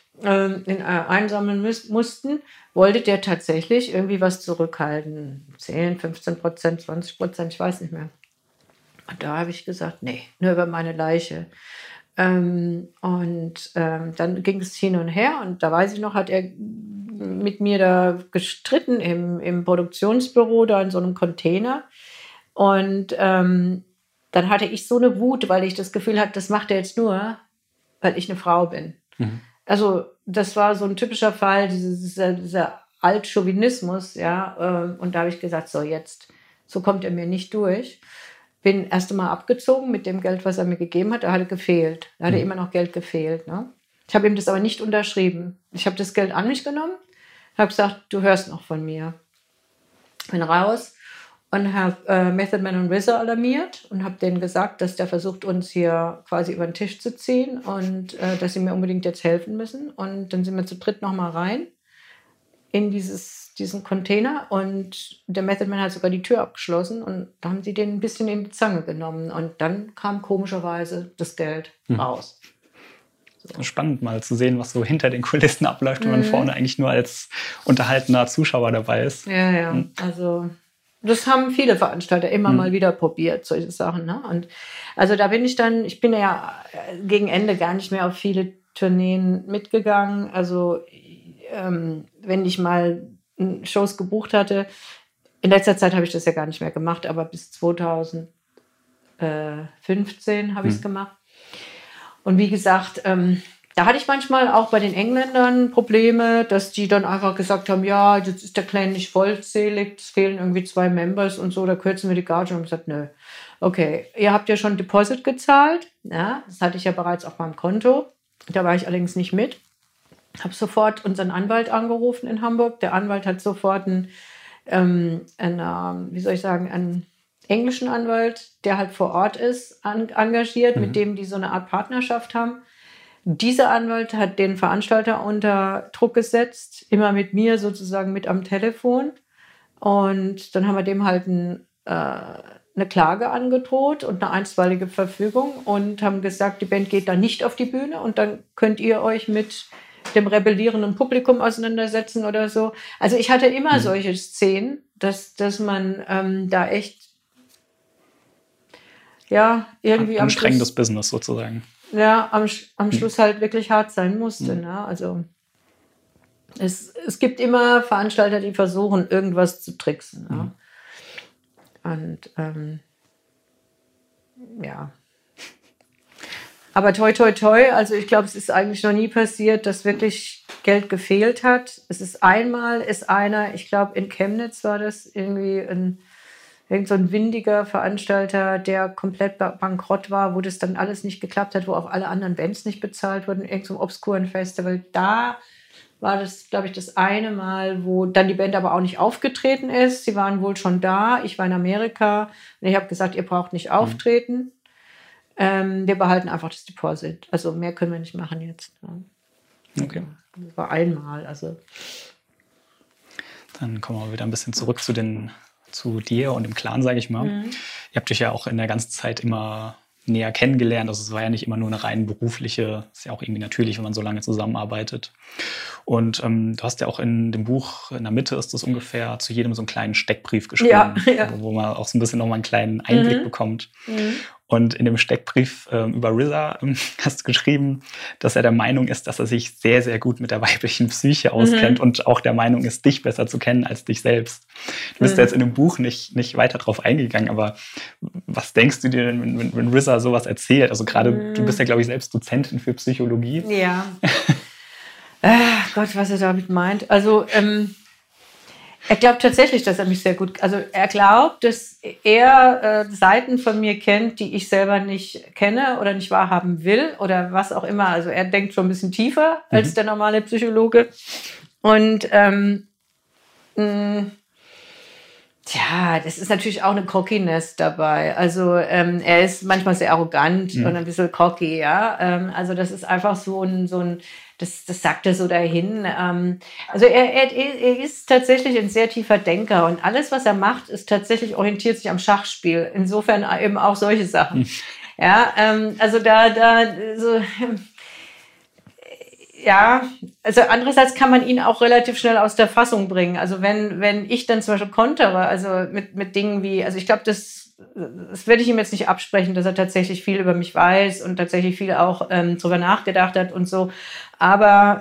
mussten, wollte der tatsächlich irgendwie was zurückhalten. 10, 15%, 20%, ich weiß nicht mehr. Und da habe ich gesagt, nee, nur über meine Leiche. Dann ging es hin und her und da weiß ich noch, hat er mit mir da gestritten im Produktionsbüro, da in so einem Container. Und dann hatte ich so eine Wut, weil ich das Gefühl hatte, das macht er jetzt nur, weil ich eine Frau bin. Mhm. Also das war so ein typischer Fall, dieser Altchauvinismus, und da habe ich gesagt, so kommt er mir nicht durch. Bin erst einmal abgezogen mit dem Geld, was er mir gegeben hat. Da hatte gefehlt. Da hatte immer noch Geld gefehlt. Ne? Ich habe ihm das aber nicht unterschrieben. Ich habe das Geld an mich genommen, habe gesagt, du hörst noch von mir. Bin raus und habe Method Man und RZA alarmiert und habe denen gesagt, dass der versucht, uns hier quasi über den Tisch zu ziehen und dass sie mir unbedingt jetzt helfen müssen. Und dann sind wir zu dritt nochmal rein in diesen Container und der Method Man hat sogar die Tür abgeschlossen und da haben sie den ein bisschen in die Zange genommen und dann kam komischerweise das Geld raus. So. Spannend mal zu sehen, was so hinter den Kulissen abläuft, wenn man vorne eigentlich nur als unterhaltener Zuschauer dabei ist. Ja, also das haben viele Veranstalter immer mal wieder probiert, solche Sachen. Ne? Und also da bin ich bin ja gegen Ende gar nicht mehr auf viele Tourneen mitgegangen. Also wenn ich mal Shows gebucht hatte, in letzter Zeit habe ich das ja gar nicht mehr gemacht, aber bis 2015 habe ich es gemacht. Und wie gesagt, da hatte ich manchmal auch bei den Engländern Probleme, dass die dann einfach gesagt haben, ja, jetzt ist der Clan nicht vollzählig, es fehlen irgendwie 2 Members und so, da kürzen wir die Gage. Und haben gesagt, nö, okay, ihr habt ja schon Deposit gezahlt, ja, das hatte ich ja bereits auf meinem Konto, da war ich allerdings nicht mit. Habe sofort unseren Anwalt angerufen in Hamburg. Der Anwalt hat sofort einen englischen Anwalt, der halt vor Ort ist, engagiert, mit dem die so eine Art Partnerschaft haben. Dieser Anwalt hat den Veranstalter unter Druck gesetzt, immer mit mir sozusagen mit am Telefon. Und dann haben wir dem halt eine Klage angedroht und eine einstweilige Verfügung und haben gesagt, die Band geht da nicht auf die Bühne und dann könnt ihr euch mit dem rebellierenden Publikum auseinandersetzen oder so. Also ich hatte immer solche Szenen, dass man da echt irgendwie anstrengendes Business sozusagen. Ja, am Schluss halt wirklich hart sein musste. Ne? Also es gibt immer Veranstalter, die versuchen, irgendwas zu tricksen. Ne? Und aber toi, toi, toi, also ich glaube, es ist eigentlich noch nie passiert, dass wirklich Geld gefehlt hat. Es ist einer, ich glaube, in Chemnitz war das irgendwie irgend so ein windiger Veranstalter, der komplett bankrott war, wo das dann alles nicht geklappt hat, wo auch alle anderen Bands nicht bezahlt wurden, irgend so einem obskuren Festival. Da war das, glaube ich, das eine Mal, wo dann die Band aber auch nicht aufgetreten ist. Sie waren wohl schon da, ich war in Amerika und ich habe gesagt, ihr braucht nicht auftreten. Wir behalten einfach das Deposit. Also mehr können wir nicht machen jetzt. Ja. Okay. Das war einmal. Also. Dann kommen wir wieder ein bisschen zurück zu dir und dem Clan, sage ich mal. Ihr habt euch ja auch in der ganzen Zeit immer näher kennengelernt. Also es war ja nicht immer nur eine rein berufliche, ist ja auch irgendwie natürlich, wenn man so lange zusammenarbeitet. Und du hast ja auch in dem Buch, in der Mitte ist das ungefähr, zu jedem so einen kleinen Steckbrief geschrieben, wo man auch so ein bisschen nochmal einen kleinen Einblick bekommt. Und in dem Steckbrief über RZA hast du geschrieben, dass er der Meinung ist, dass er sich sehr, sehr gut mit der weiblichen Psyche auskennt und auch der Meinung ist, dich besser zu kennen als dich selbst. Du bist jetzt in dem Buch nicht weiter drauf eingegangen, aber was denkst du dir denn, wenn RZA sowas erzählt? Also gerade, du bist ja, glaube ich, selbst Dozentin für Psychologie. Ja. Gott, was er damit meint. Also, er glaubt tatsächlich, dass er mich sehr gut... Also er glaubt, dass er Seiten von mir kennt, die ich selber nicht kenne oder nicht wahrhaben will oder was auch immer. Also er denkt schon ein bisschen tiefer als der normale Psychologe. Und das ist natürlich auch eine Cockiness dabei. Also er ist manchmal sehr arrogant und ein bisschen cocky, ja. Also das ist einfach so ein das sagt er so dahin. Also er ist tatsächlich ein sehr tiefer Denker und alles, was er macht, ist tatsächlich orientiert sich am Schachspiel. Insofern eben auch solche Sachen. Ja, also also andererseits kann man ihn auch relativ schnell aus der Fassung bringen. Also wenn ich dann zum Beispiel kontere, also mit Dingen wie, also ich glaube, das werde ich ihm jetzt nicht absprechen, dass er tatsächlich viel über mich weiß und tatsächlich viel auch drüber nachgedacht hat und so. Aber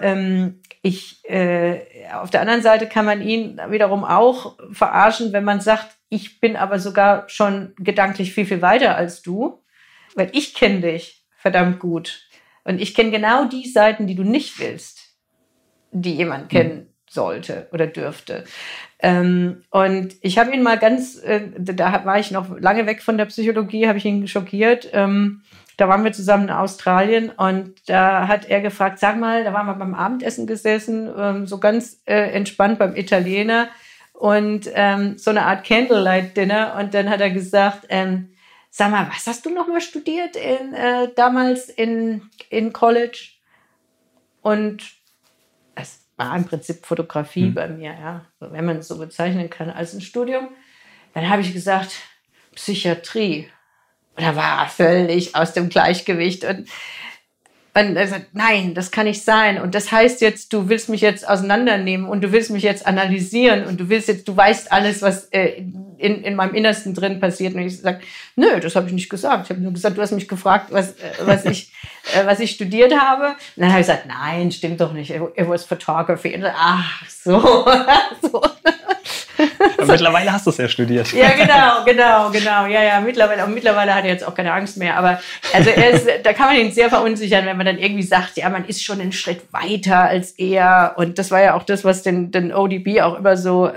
auf der anderen Seite kann man ihn wiederum auch verarschen, wenn man sagt, ich bin aber sogar schon gedanklich viel, viel weiter als du, weil ich kenne dich verdammt gut. Und ich kenne genau die Seiten, die du nicht willst, die jemand kennen sollte oder dürfte. Und ich habe ihn mal da war ich noch lange weg von der Psychologie, habe ich ihn schockiert. Da waren wir zusammen in Australien und da hat er gefragt, sag mal, da waren wir beim Abendessen gesessen, so ganz entspannt beim Italiener und so eine Art Candlelight-Dinner. Und dann hat er gesagt, sag mal, was hast du noch mal studiert damals in College? Und es war im Prinzip Fotografie bei mir, ja, wenn man es so bezeichnen kann, als ein Studium. Dann habe ich gesagt, Psychiatrie. Und da war er völlig aus dem Gleichgewicht. Und er sagt, nein, das kann nicht sein. Und das heißt jetzt, du willst mich jetzt auseinandernehmen und du willst mich jetzt analysieren und du weißt alles, was in meinem Innersten drin passiert. Und ich sage, nö, das habe ich nicht gesagt. Ich habe nur gesagt, du hast mich gefragt, was ich studiert habe. Und dann habe ich gesagt, nein, stimmt doch nicht. It was photography. Und ach so. So. Aber mittlerweile hast du es ja studiert. Ja, genau. Ja, mittlerweile hat er jetzt auch keine Angst mehr. Aber also da kann man ihn sehr verunsichern, wenn man dann irgendwie sagt, ja, man ist schon einen Schritt weiter als er. Und das war ja auch das, was den ODB auch immer so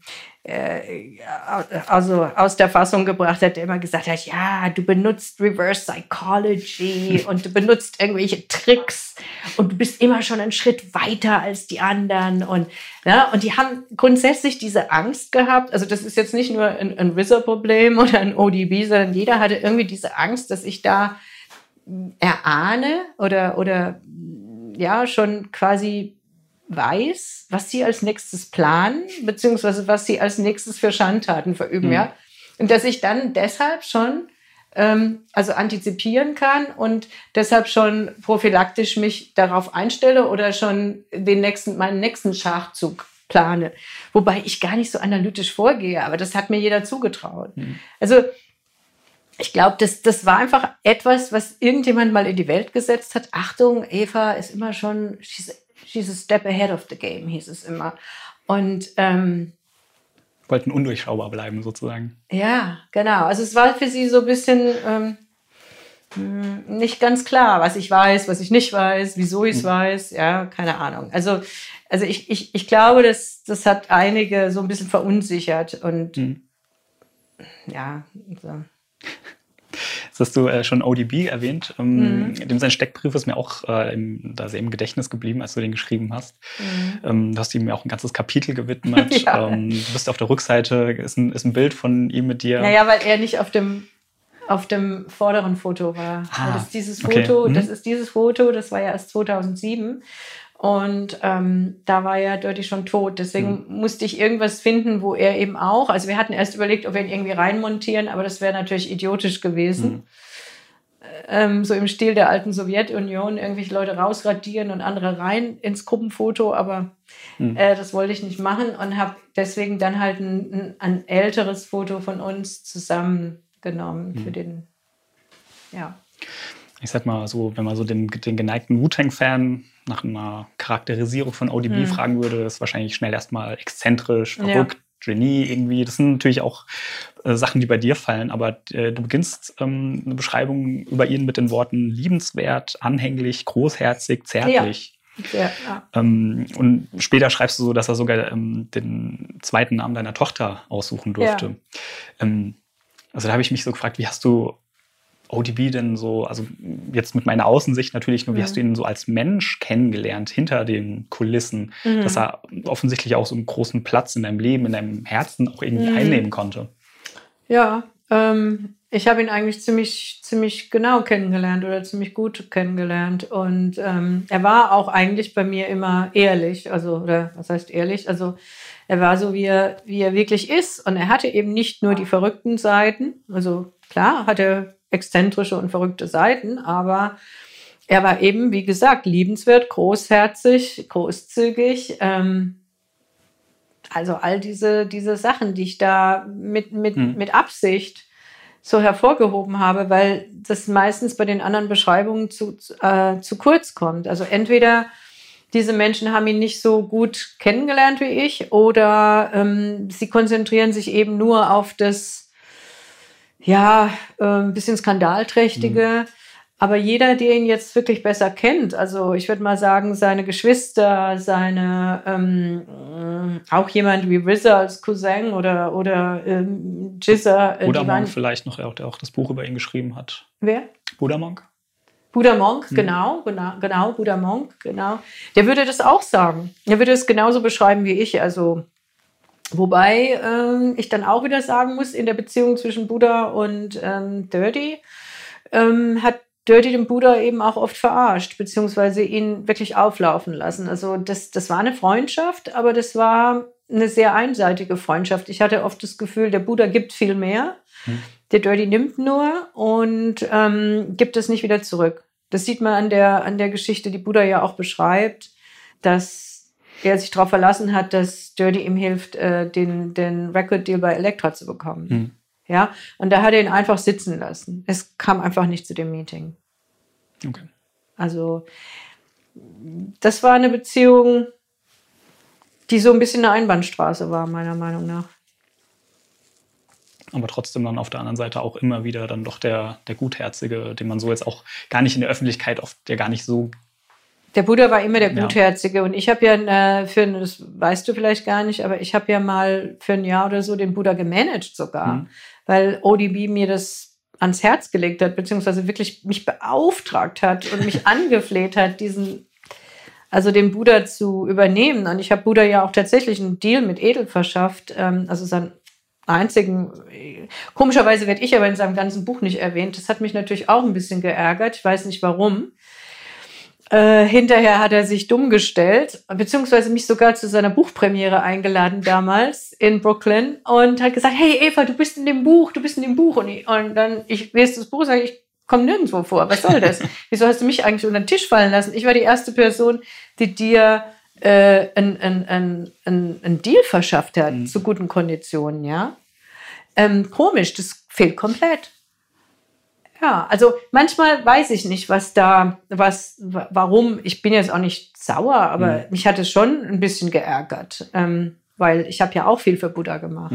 also aus der Fassung gebracht hat, der immer gesagt hat, ja, du benutzt Reverse Psychology und du benutzt irgendwelche Tricks und du bist immer schon einen Schritt weiter als die anderen. Und die haben grundsätzlich diese Angst gehabt. Also das ist jetzt nicht nur ein RZA-Problem oder ein ODB, sondern jeder hatte irgendwie diese Angst, dass ich da erahne oder ja schon quasi weiß, was sie als nächstes planen, beziehungsweise was sie als nächstes für Schandtaten verüben, ja. Und dass ich dann deshalb schon also antizipieren kann und deshalb schon prophylaktisch mich darauf einstelle oder schon meinen nächsten Schachzug plane. Wobei ich gar nicht so analytisch vorgehe, aber das hat mir jeder zugetraut. Also ich glaube, das war einfach etwas, was irgendjemand mal in die Welt gesetzt hat. Achtung, Eva ist immer schon, she's a step ahead of the game, hieß es immer. Und wollten undurchschaubar bleiben, sozusagen. Ja, genau. Also es war für sie so ein bisschen nicht ganz klar, was ich weiß, was ich nicht weiß, wieso ich es weiß. Ja, keine Ahnung. Also ich glaube, das hat einige so ein bisschen verunsichert. Und ja, so. Jetzt hast du schon ODB erwähnt. Dem sein Steckbrief ist mir auch da sehr im Gedächtnis geblieben, als du den geschrieben hast. Du hast ihm ja auch ein ganzes Kapitel gewidmet. Ja. Du bist auf der Rückseite, ist ein Bild von ihm mit dir. Naja, weil er nicht auf dem vorderen Foto war. Das ist dieses Foto, okay. Das ist dieses Foto, das war ja erst 2007. Und da war ja Dirty schon tot. Deswegen musste ich irgendwas finden, wo er eben auch, also wir hatten erst überlegt, ob wir ihn irgendwie reinmontieren, aber das wäre natürlich idiotisch gewesen. So im Stil der alten Sowjetunion, irgendwelche Leute rausradieren und andere rein ins Gruppenfoto, aber das wollte ich nicht machen und habe deswegen dann halt ein älteres Foto von uns zusammengenommen für den, ja. Ich sag mal so, wenn man so den geneigten Wu-Tang-Fan nach einer Charakterisierung von ODB fragen würde, ist wahrscheinlich schnell erstmal exzentrisch, verrückt, Genie irgendwie. Das sind natürlich auch Sachen, die bei dir fallen, aber du beginnst eine Beschreibung über ihn mit den Worten liebenswert, anhänglich, großherzig, zärtlich. Ja. Und später schreibst du so, dass er sogar den zweiten Namen deiner Tochter aussuchen durfte. Ja. Also da habe ich mich so gefragt, wie hast du ODB denn so, also jetzt mit meiner Außensicht natürlich nur, wie hast du ihn so als Mensch kennengelernt, hinter den Kulissen, dass er offensichtlich auch so einen großen Platz in deinem Leben, in deinem Herzen auch irgendwie einnehmen konnte? Ja, ich habe ihn eigentlich ziemlich genau kennengelernt oder ziemlich gut kennengelernt und er war auch eigentlich bei mir immer ehrlich, also, oder was heißt ehrlich, also er war so, wie er wirklich ist und er hatte eben nicht nur die verrückten Seiten, also klar hat er exzentrische und verrückte Seiten, aber er war eben, wie gesagt, liebenswert, großherzig, großzügig. Also all diese Sachen, die ich da mit Absicht so hervorgehoben habe, weil das meistens bei den anderen Beschreibungen zu kurz kommt. Also entweder diese Menschen haben ihn nicht so gut kennengelernt wie ich oder sie konzentrieren sich eben nur auf das ein bisschen skandalträchtige. Aber jeder, der ihn jetzt wirklich besser kennt, also ich würde mal sagen, seine Geschwister, auch jemand wie RZA als Cousin oder Jizza. Buddha Monk vielleicht noch, der auch das Buch über ihn geschrieben hat. Wer? Buddha Monk? Buddha Monk, genau, Buddha Monk, genau. Der würde das auch sagen. Der würde es genauso beschreiben wie ich, also wobei ich dann auch wieder sagen muss, in der Beziehung zwischen Buddha und Dirty hat Dirty den Buddha eben auch oft verarscht, beziehungsweise ihn wirklich auflaufen lassen. Also das war eine Freundschaft, aber das war eine sehr einseitige Freundschaft. Ich hatte oft das Gefühl, der Buddha gibt viel mehr, der Dirty nimmt nur und gibt es nicht wieder zurück. Das sieht man an der Geschichte, die Buddha ja auch beschreibt, dass er sich darauf verlassen hat, dass Dirty ihm hilft, den Record-Deal bei Elektra zu bekommen. Ja, und da hat er ihn einfach sitzen lassen. Es kam einfach nicht zu dem Meeting. Okay. Also das war eine Beziehung, die so ein bisschen eine Einbahnstraße war, meiner Meinung nach. Aber trotzdem dann auf der anderen Seite auch immer wieder dann doch der Gutherzige, den man so jetzt auch gar nicht in der Öffentlichkeit oft, der gar nicht so... Der Buddha war immer der Gutherzige. Und ich habe ja, das weißt du vielleicht gar nicht, aber ich habe ja mal für ein Jahr oder so den Buddha gemanagt sogar, weil ODB mir das ans Herz gelegt hat, beziehungsweise wirklich mich beauftragt hat und mich angefleht hat, den Buddha zu übernehmen. Und ich habe Buddha ja auch tatsächlich einen Deal mit Edel verschafft, also seinen einzigen, komischerweise werde ich aber in seinem ganzen Buch nicht erwähnt. Das hat mich natürlich auch ein bisschen geärgert. Ich weiß nicht warum. Hinterher hat er sich dumm gestellt, beziehungsweise mich sogar zu seiner Buchpremiere eingeladen damals in Brooklyn und hat gesagt, hey Eva, du bist in dem Buch. Und dann, ich lese das Buch und sage, ich komme nirgendwo vor. Was soll das? Wieso hast du mich eigentlich unter den Tisch fallen lassen? Ich war die erste Person, die dir ein Deal verschafft hat zu guten Konditionen, ja. Komisch, das fehlt komplett. Ja, also manchmal weiß ich nicht, warum. Ich bin jetzt auch nicht sauer, aber mich hat es schon ein bisschen geärgert, weil ich habe ja auch viel für Buddha gemacht.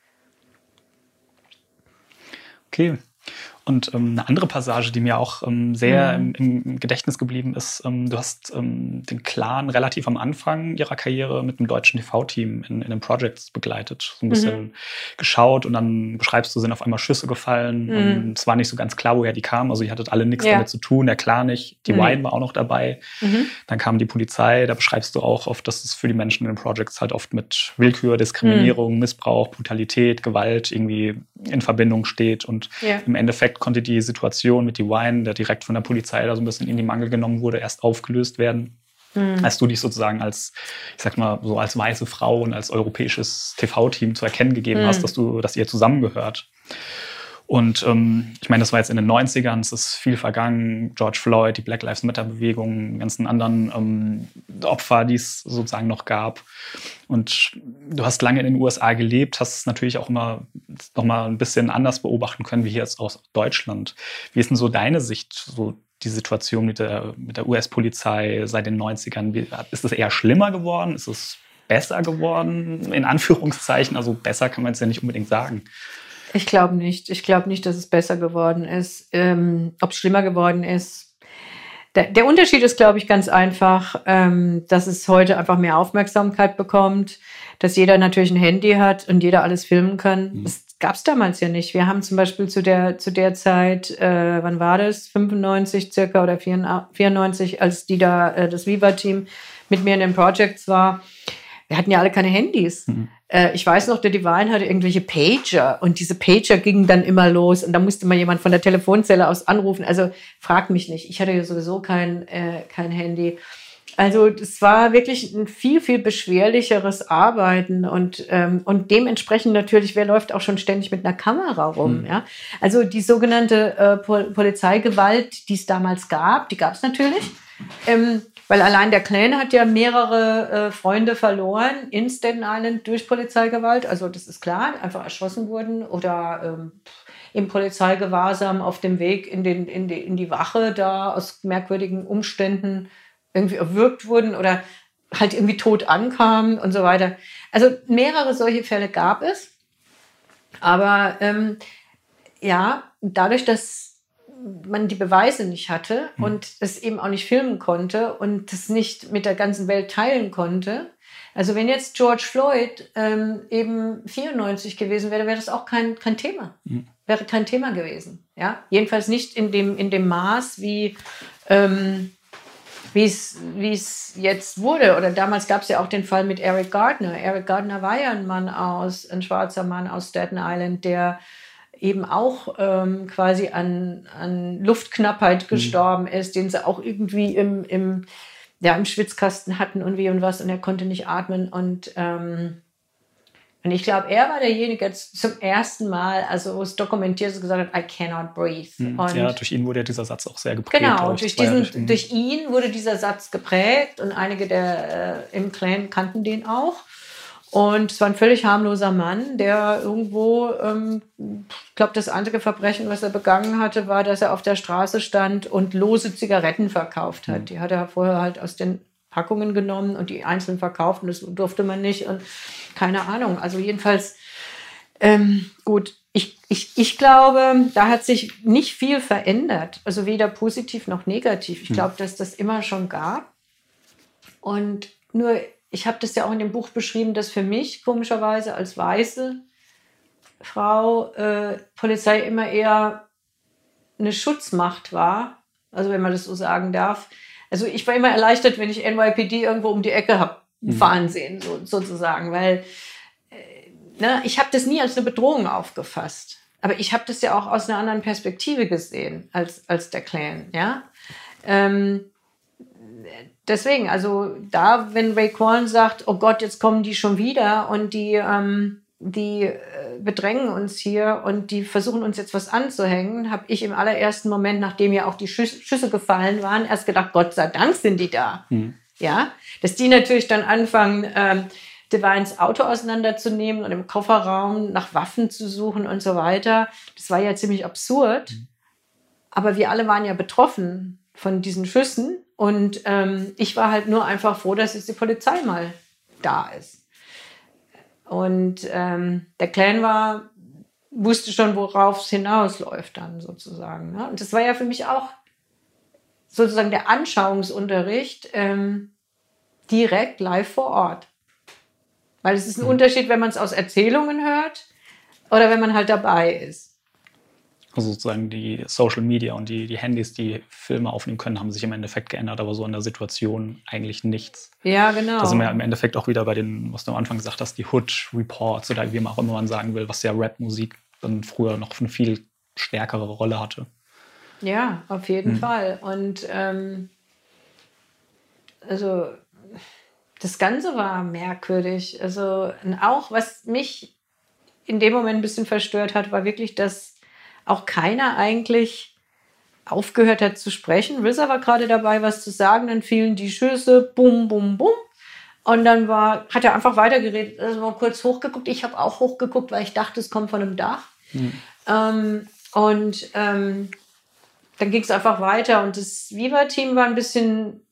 Okay. Und eine andere Passage, die mir auch sehr im Gedächtnis geblieben ist, du hast den Clan relativ am Anfang ihrer Karriere mit einem deutschen TV-Team in den Projects begleitet. So ein bisschen geschaut und dann beschreibst du, sind auf einmal Schüsse gefallen. Es war nicht so ganz klar, woher die kamen. Also ihr hattet alle nichts damit zu tun, der Clan nicht. Die Wine war auch noch dabei. Dann kam die Polizei. Da beschreibst du auch oft, dass es für die Menschen in den Projects halt oft mit Willkür, Diskriminierung, Missbrauch, Brutalität, Gewalt irgendwie in Verbindung steht. Und im Endeffekt konnte die Situation mit Divine, der direkt von der Polizei da so ein bisschen in die Mangel genommen wurde, erst aufgelöst werden. Als du dich sozusagen als, ich sag mal, so als weiße Frau und als europäisches TV-Team zu erkennen gegeben hast, dass ihr zusammengehört. Und ich meine, das war jetzt in den 90ern, es ist viel vergangen. George Floyd, die Black Lives Matter-Bewegung, ganzen anderen Opfer, die es sozusagen noch gab. Und du hast lange in den USA gelebt, hast es natürlich auch immer noch mal ein bisschen anders beobachten können, wie hier jetzt aus Deutschland. Wie ist denn so deine Sicht, so die Situation mit der US-Polizei seit den 90ern? Ist es eher schlimmer geworden? Ist es besser geworden? In Anführungszeichen, also besser kann man es ja nicht unbedingt sagen. Ich glaube nicht. Ich glaube nicht, dass es besser geworden ist. Ob es schlimmer geworden ist. Der Unterschied ist, glaube ich, ganz einfach, dass es heute einfach mehr Aufmerksamkeit bekommt, dass jeder natürlich ein Handy hat und jeder alles filmen kann. Das gab es damals ja nicht. Wir haben zum Beispiel zu der Zeit, wann war das? 95 circa oder 94, als die da das Viva-Team mit mir in den Projects war. Wir hatten ja alle keine Handys. Ich weiß noch, der Divine hatte irgendwelche Pager und diese Pager gingen dann immer los und da musste mal jemand von der Telefonzelle aus anrufen. Also frag mich nicht. Ich hatte ja sowieso kein Handy. Also das war wirklich ein viel, viel beschwerlicheres Arbeiten und dementsprechend natürlich, wer läuft auch schon ständig mit einer Kamera rum. Ja? Also die sogenannte Polizeigewalt, die es damals gab, die gab es natürlich. Weil allein der Clan hat ja mehrere Freunde verloren in Staten Island durch Polizeigewalt. Also das ist klar, einfach erschossen wurden oder im Polizeigewahrsam auf dem Weg in die Wache da aus merkwürdigen Umständen irgendwie erwürgt wurden oder halt irgendwie tot ankamen und so weiter. Also mehrere solche Fälle gab es. Aber dadurch, dass man die Beweise nicht hatte und es eben auch nicht filmen konnte und das nicht mit der ganzen Welt teilen konnte. Also wenn jetzt George Floyd eben 94 gewesen wäre, wäre das auch kein Thema. Wäre kein Thema gewesen. Ja? Jedenfalls nicht in dem Maß, wie es jetzt wurde. Oder damals gab es ja auch den Fall mit Eric Gardner. Eric Gardner war ja ein schwarzer Mann aus Staten Island, der eben auch quasi an Luftknappheit gestorben ist, den sie auch irgendwie im Schwitzkasten hatten und wie und was und er konnte nicht atmen und Und ich glaube, er war derjenige, der zum ersten Mal, also wo es dokumentiert ist, gesagt hat, I cannot breathe. Und ja, durch ihn wurde ja dieser Satz auch sehr geprägt. genau, durch ihn wurde dieser Satz geprägt und einige im Clan kannten den auch. Und es war ein völlig harmloser Mann, der irgendwo, ich glaube, das einzige Verbrechen, was er begangen hatte, war, dass er auf der Straße stand und lose Zigaretten verkauft hat. Die hat er vorher halt aus den Packungen genommen und die einzeln verkauft und das durfte man nicht und keine Ahnung. Also jedenfalls, gut, ich glaube, da hat sich nicht viel verändert, also weder positiv noch negativ. Ich glaube, dass das immer schon gab und nur, ich habe das ja auch in dem Buch beschrieben, dass für mich komischerweise als weiße Frau Polizei immer eher eine Schutzmacht war, also wenn man das so sagen darf. Also ich war immer erleichtert, wenn ich NYPD irgendwo um die Ecke habe fahren sehen, sozusagen, weil ich habe das nie als eine Bedrohung aufgefasst. Aber ich habe das ja auch aus einer anderen Perspektive gesehen als der Clan, ja. Deswegen, also da, wenn Raekwon sagt, oh Gott, jetzt kommen die schon wieder und die bedrängen uns hier und die versuchen uns jetzt was anzuhängen, habe ich im allerersten Moment, nachdem ja auch die Schüsse gefallen waren, erst gedacht, Gott sei Dank sind die da. Ja, dass die natürlich dann anfangen, Devines Auto auseinanderzunehmen und im Kofferraum nach Waffen zu suchen und so weiter. Das war ja ziemlich absurd. Aber wir alle waren ja betroffen von diesen Schüssen und ich war halt nur einfach froh, dass jetzt die Polizei mal da ist. Und der Clan wusste schon, worauf es hinausläuft dann sozusagen. Ne? Und das war ja für mich auch sozusagen der Anschauungsunterricht direkt live vor Ort. Weil es ist ein Unterschied, wenn man es aus Erzählungen hört oder wenn man halt dabei ist. Also sozusagen die Social Media und die Handys, die Filme aufnehmen können, haben sich im Endeffekt geändert, aber so in der Situation eigentlich nichts. Ja, genau. Da sind wir im Endeffekt auch wieder bei was du am Anfang gesagt hast, die Hood Reports oder wie man auch immer man sagen will, was ja Rap-Musik dann früher noch eine viel stärkere Rolle hatte. Ja, auf jeden Fall. Und also das Ganze war merkwürdig. Also auch was mich in dem Moment ein bisschen verstört hat, war wirklich, dass auch keiner eigentlich aufgehört hat zu sprechen. RZA war gerade dabei, was zu sagen, dann fielen die Schüsse, bum, bum, bum. Und dann hat er einfach weitergeredet. Also mal kurz hochgeguckt. Ich habe auch hochgeguckt, weil ich dachte, es kommt von einem Dach. Dann ging es einfach weiter. Und das Viva-Team war ein bisschen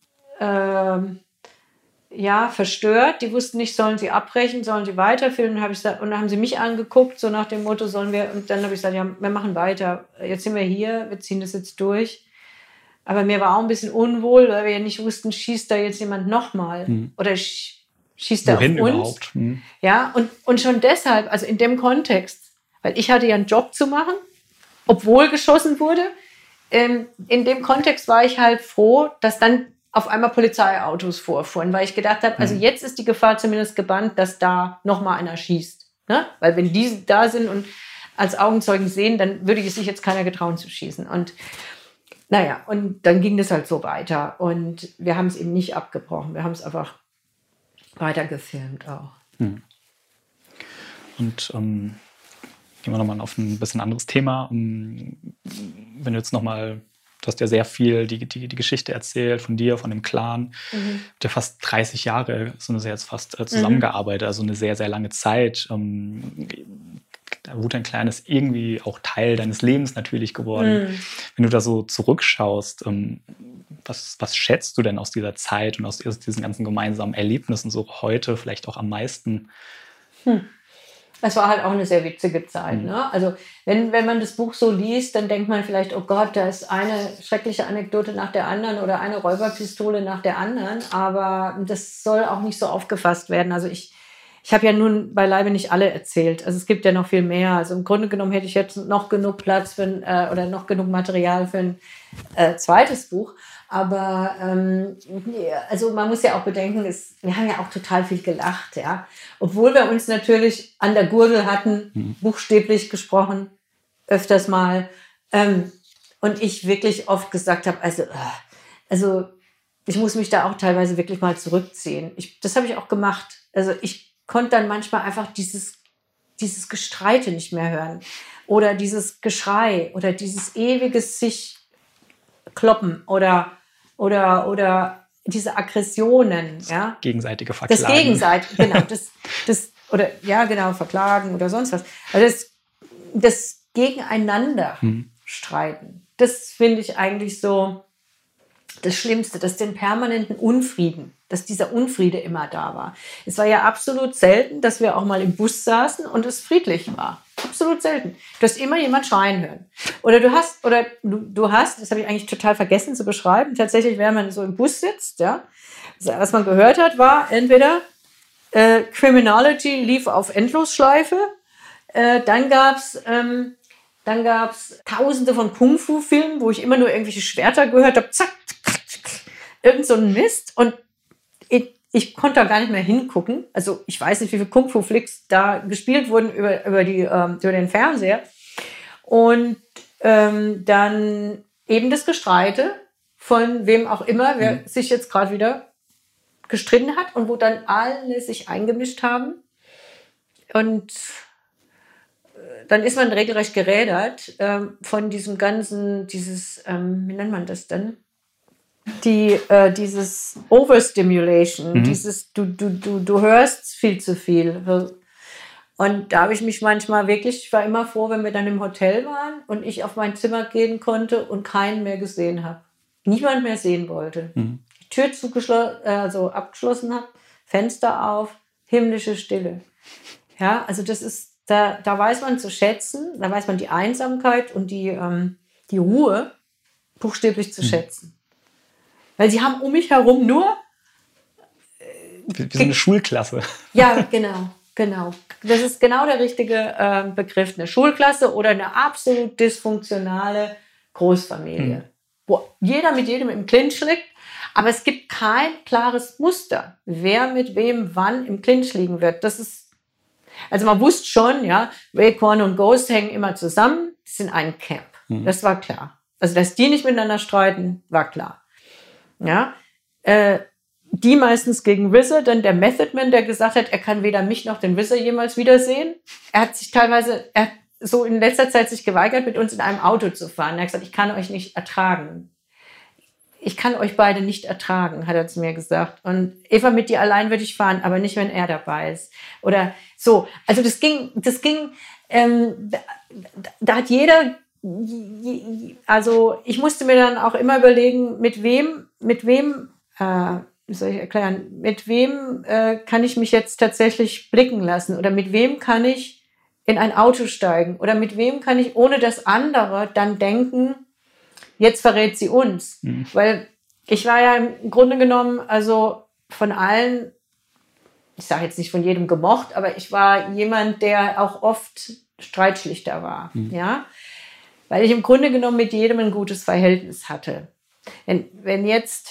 verstört. Die wussten nicht, sollen sie abbrechen, sollen sie weiterfilmen. Und dann haben sie mich angeguckt, so nach dem Motto, sollen wir. Und dann habe ich gesagt, ja, wir machen weiter. Jetzt sind wir hier, wir ziehen das jetzt durch. Aber mir war auch ein bisschen unwohl, weil wir ja nicht wussten, schießt da jetzt jemand nochmal? Oder schießt er auf uns? Überhaupt? Ja, und schon deshalb, also in dem Kontext, weil ich hatte ja einen Job zu machen, obwohl geschossen wurde. In dem Kontext war ich halt froh, dass dann auf einmal Polizeiautos vorfuhren, weil ich gedacht habe, also jetzt ist die Gefahr zumindest gebannt, dass da nochmal einer schießt. Ne? Weil wenn die da sind und als Augenzeugen sehen, dann würde sich jetzt keiner getrauen zu schießen. Und naja, und dann ging das halt so weiter. Und wir haben es eben nicht abgebrochen. Wir haben es einfach weiter gefilmt auch. Und gehen wir nochmal auf ein bisschen anderes Thema. Wenn du jetzt nochmal, du hast ja sehr viel die Geschichte erzählt von dir, von dem Clan. Habt ja fast 30 Jahre, sind wir jetzt fast zusammengearbeitet, also eine sehr, sehr lange Zeit. Der Wu-Tang Clan ist irgendwie auch Teil deines Lebens natürlich geworden. Wenn du da so zurückschaust, was schätzt du denn aus dieser Zeit und aus diesen ganzen gemeinsamen Erlebnissen so heute vielleicht auch am meisten? Es war halt auch eine sehr witzige Zeit. Ne? Also wenn man das Buch so liest, dann denkt man vielleicht, oh Gott, da ist eine schreckliche Anekdote nach der anderen oder eine Räuberpistole nach der anderen. Aber das soll auch nicht so aufgefasst werden. Also ich habe ja nun beileibe nicht alle erzählt. Also es gibt ja noch viel mehr. Also im Grunde genommen hätte ich jetzt noch genug Platz oder noch genug Material für ein zweites Buch. Aber also man muss ja auch bedenken, wir haben ja auch total viel gelacht, ja. Obwohl wir uns natürlich an der Gurgel hatten, buchstäblich gesprochen, öfters mal. Und ich wirklich oft gesagt habe, also ich muss mich da auch teilweise wirklich mal zurückziehen. Das habe ich auch gemacht. Also ich konnte dann manchmal einfach dieses dieses Gestreite nicht mehr hören. Oder dieses Geschrei oder dieses ewiges sich kloppen oder diese Aggressionen. Ja? Gegenseitige Verklagen. Das Gegenseitige, genau. Verklagen oder sonst was. Also das Gegeneinander streiten. Das finde ich eigentlich so das Schlimmste, dass den permanenten Unfrieden, dass dieser Unfriede immer da war. Es war ja absolut selten, dass wir auch mal im Bus saßen und es friedlich war. Absolut selten. Du hast immer jemand schreien hören. Oder du hast, das habe ich eigentlich total vergessen zu beschreiben, tatsächlich, wenn man so im Bus sitzt, ja, was man gehört hat, war entweder Criminality lief auf Endlosschleife, dann gab's tausende von Kung-Fu-Filmen, wo ich immer nur irgendwelche Schwerter gehört habe, zack, irgend so ein Mist. Und ich konnte da gar nicht mehr hingucken. Also ich weiß nicht, wie viele Kung-Fu-Flicks da gespielt wurden über den Fernseher. Und dann eben das Gestreite von wem auch immer, wer sich jetzt gerade wieder gestritten hat und wo dann alle sich eingemischt haben. Und dann ist man regelrecht gerädert von diesem ganzen, wie nennt man das denn? Dieses Overstimulation, dieses du hörst viel zu viel. Und da habe ich mich manchmal wirklich, ich war immer froh, wenn wir dann im Hotel waren und ich auf mein Zimmer gehen konnte und keinen mehr gesehen habe. Niemand mehr sehen wollte. Die Tür abgeschlossen habe, Fenster auf, himmlische Stille. Ja, also das ist, da weiß man zu schätzen, da weiß man die Einsamkeit und die Ruhe buchstäblich zu schätzen. Weil sie haben um mich herum nur... Wie so eine Schulklasse. Ja, genau. Das ist genau der richtige Begriff. Eine Schulklasse oder eine absolut dysfunktionale Großfamilie. Wo jeder mit jedem im Clinch liegt, aber es gibt kein klares Muster, wer mit wem wann im Clinch liegen wird. Das ist... Also man wusste schon, ja, Raekwon und Ghost hängen immer zusammen, die sind ein Camp. Das war klar. Also dass die nicht miteinander streiten, war klar. Ja, die meistens gegen RZA, dann der Method Man, der gesagt hat, er kann weder mich noch den RZA jemals wiedersehen. Er hat so in letzter Zeit sich geweigert, mit uns in einem Auto zu fahren. Er hat gesagt, ich kann euch nicht ertragen. Ich kann euch beide nicht ertragen, hat er zu mir gesagt. Und Eva, mit dir allein würde ich fahren, aber nicht, wenn er dabei ist. Oder so. Also das ging, da hat jeder, also ich musste mir dann auch immer überlegen, mit wem, wie soll ich erklären, mit wem kann ich mich jetzt tatsächlich blicken lassen? Oder mit wem kann ich in ein Auto steigen? Oder mit wem kann ich, ohne das andere, dann denken, jetzt verrät sie uns. Weil ich war ja im Grunde genommen, also von allen, ich sage jetzt nicht von jedem gemocht, aber ich war jemand, der auch oft Streitschlichter war. Ja? Weil ich im Grunde genommen mit jedem ein gutes Verhältnis hatte. Wenn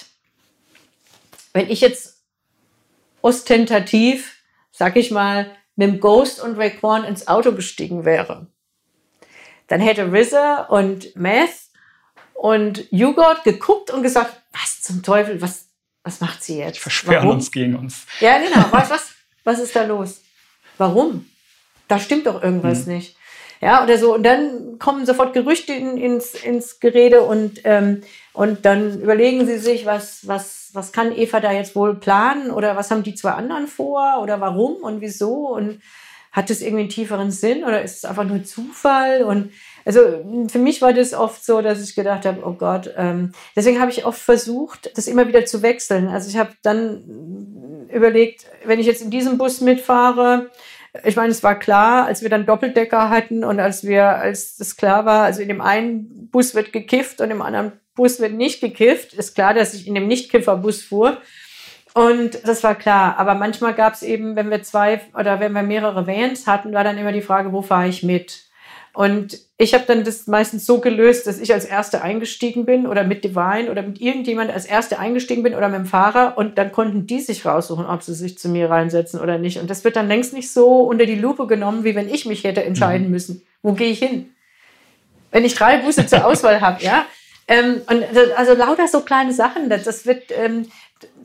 ich jetzt ostentativ, sag ich mal, mit dem Ghost und Raekwon ins Auto gestiegen wäre, dann hätte RZA und Meth und YouGot geguckt und gesagt, was zum Teufel, was macht sie jetzt? Verschwören uns gegen uns. Ja, genau. Was ist da los? Warum? Da stimmt doch irgendwas nicht. Ja, oder so. Und dann kommen sofort Gerüchte ins Gerede und dann überlegen sie sich, was kann Eva da jetzt wohl planen oder was haben die zwei anderen vor oder warum und wieso und hat das irgendwie einen tieferen Sinn oder ist es einfach nur Zufall? Und also für mich war das oft so, dass ich gedacht habe, oh Gott, deswegen habe ich oft versucht, das immer wieder zu wechseln. Also ich habe dann überlegt, wenn ich jetzt in diesem Bus mitfahre, ich meine, es war klar, als wir dann Doppeldecker hatten und als das klar war, also in dem einen Bus wird gekifft und im anderen Bus wird nicht gekifft, ist klar, dass ich in dem Nicht-Kiffer-Bus fuhr. Und das war klar. Aber manchmal gab es eben, wenn wir mehrere Vans hatten, war dann immer die Frage, wo fahre ich mit? Und ich habe dann das meistens so gelöst, dass ich als Erste eingestiegen bin oder mit Divine oder mit irgendjemand als Erste eingestiegen bin oder mit dem Fahrer und dann konnten die sich raussuchen, ob sie sich zu mir reinsetzen oder nicht. Und das wird dann längst nicht so unter die Lupe genommen, wie wenn ich mich hätte entscheiden müssen. Wo gehe ich hin? Wenn ich 3 Busse zur Auswahl habe, ja. Und also lauter so kleine Sachen, das wird,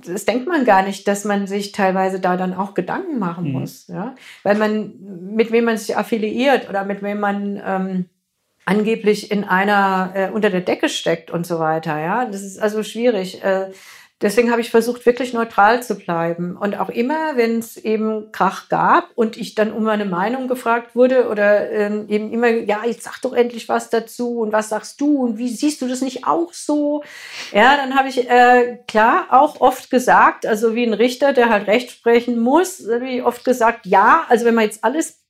das denkt man gar nicht, dass man sich teilweise da dann auch Gedanken machen muss. Ja? Weil mit wem man sich affiliiert oder mit wem man angeblich in einer unter der Decke steckt und so weiter. Ja? Das ist also schwierig. Deswegen habe ich versucht, wirklich neutral zu bleiben. Und auch immer, wenn es eben Krach gab und ich dann um meine Meinung gefragt wurde oder eben immer, ja, jetzt sag doch endlich was dazu und was sagst du und wie siehst du das nicht auch so? Ja, dann habe ich klar auch oft gesagt, also wie ein Richter, der halt Recht sprechen muss, habe ich oft gesagt, ja, also wenn man jetzt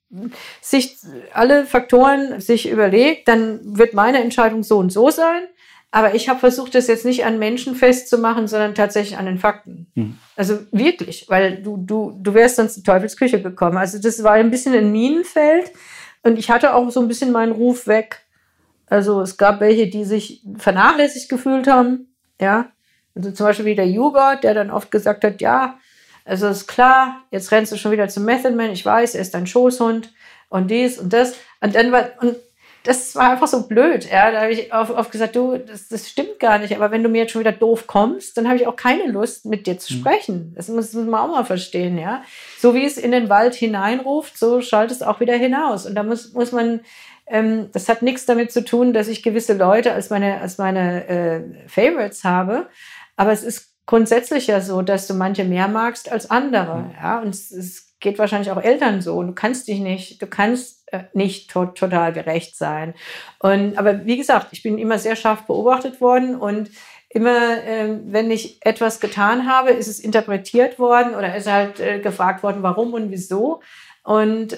alle Faktoren sich überlegt, dann wird meine Entscheidung so und so sein. Aber ich habe versucht, das jetzt nicht an Menschen festzumachen, sondern tatsächlich an den Fakten. Also wirklich, weil du wärst sonst in Teufelsküche gekommen. Also das war ein bisschen ein Minenfeld und ich hatte auch so ein bisschen meinen Ruf weg. Also es gab welche, die sich vernachlässigt gefühlt haben. Ja, also zum Beispiel wie der Hubert, der dann oft gesagt hat, ja, also ist klar, jetzt rennst du schon wieder zum Method Man. Ich weiß, er ist dein Schoßhund und dies und das. Und das war einfach so blöd. Ja? Da habe ich oft gesagt, du, das stimmt gar nicht. Aber wenn du mir jetzt schon wieder doof kommst, dann habe ich auch keine Lust, mit dir zu sprechen. Das muss man auch mal verstehen. Ja? So wie es in den Wald hineinruft, so schallt es auch wieder hinaus. Und da muss man, das hat nichts damit zu tun, dass ich gewisse Leute als meine Favorites habe. Aber es ist grundsätzlich ja so, dass du manche mehr magst als andere. Ja? Und es geht wahrscheinlich auch Eltern so. Du kannst nicht total gerecht sein. Aber wie gesagt, ich bin immer sehr scharf beobachtet worden und immer, wenn ich etwas getan habe, ist es interpretiert worden oder ist halt gefragt worden, warum und wieso. Und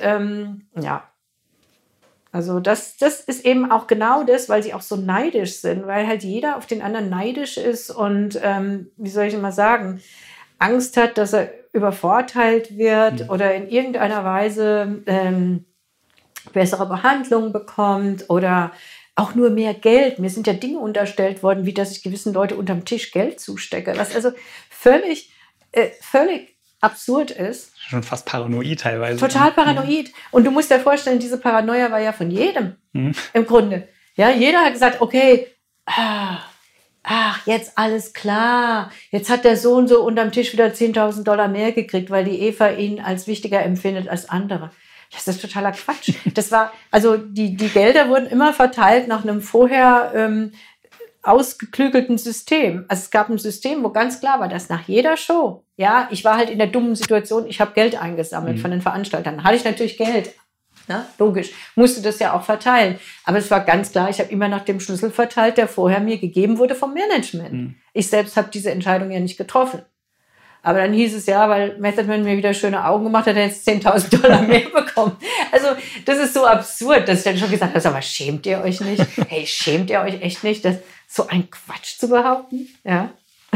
also das ist eben auch genau das, weil sie auch so neidisch sind, weil halt jeder auf den anderen neidisch ist und, wie soll ich mal sagen, Angst hat, dass er übervorteilt wird oder in irgendeiner Weise bessere Behandlung bekommt oder auch nur mehr Geld. Mir sind ja Dinge unterstellt worden, wie dass ich gewissen Leute unterm Tisch Geld zustecke, was also völlig absurd ist. Schon fast paranoid teilweise. Total paranoid. Und du musst dir vorstellen, diese Paranoia war ja von jedem im Grunde. Ja, jeder hat gesagt, okay, jetzt alles klar. Jetzt hat der Sohn so unterm Tisch wieder $10.000 mehr gekriegt, weil die Eva ihn als wichtiger empfindet als andere. Das ist totaler Quatsch. Das war, also die Gelder wurden immer verteilt nach einem vorher ausgeklügelten System. Also es gab ein System, wo ganz klar war, dass nach jeder Show, ja, ich war halt in der dummen Situation, ich habe Geld eingesammelt von den Veranstaltern. Dann hatte ich natürlich Geld. Na, logisch, musste das ja auch verteilen. Aber es war ganz klar, ich habe immer nach dem Schlüssel verteilt, der vorher mir gegeben wurde vom Management. Ich selbst habe diese Entscheidung ja nicht getroffen. Aber dann hieß es ja, weil Method Man mir wieder schöne Augen gemacht hat, er jetzt $10.000 mehr bekommen. Also das ist so absurd, dass ich dann schon gesagt habe, aber schämt ihr euch nicht? Hey, schämt ihr euch echt nicht, das so ein Quatsch zu behaupten? Ja.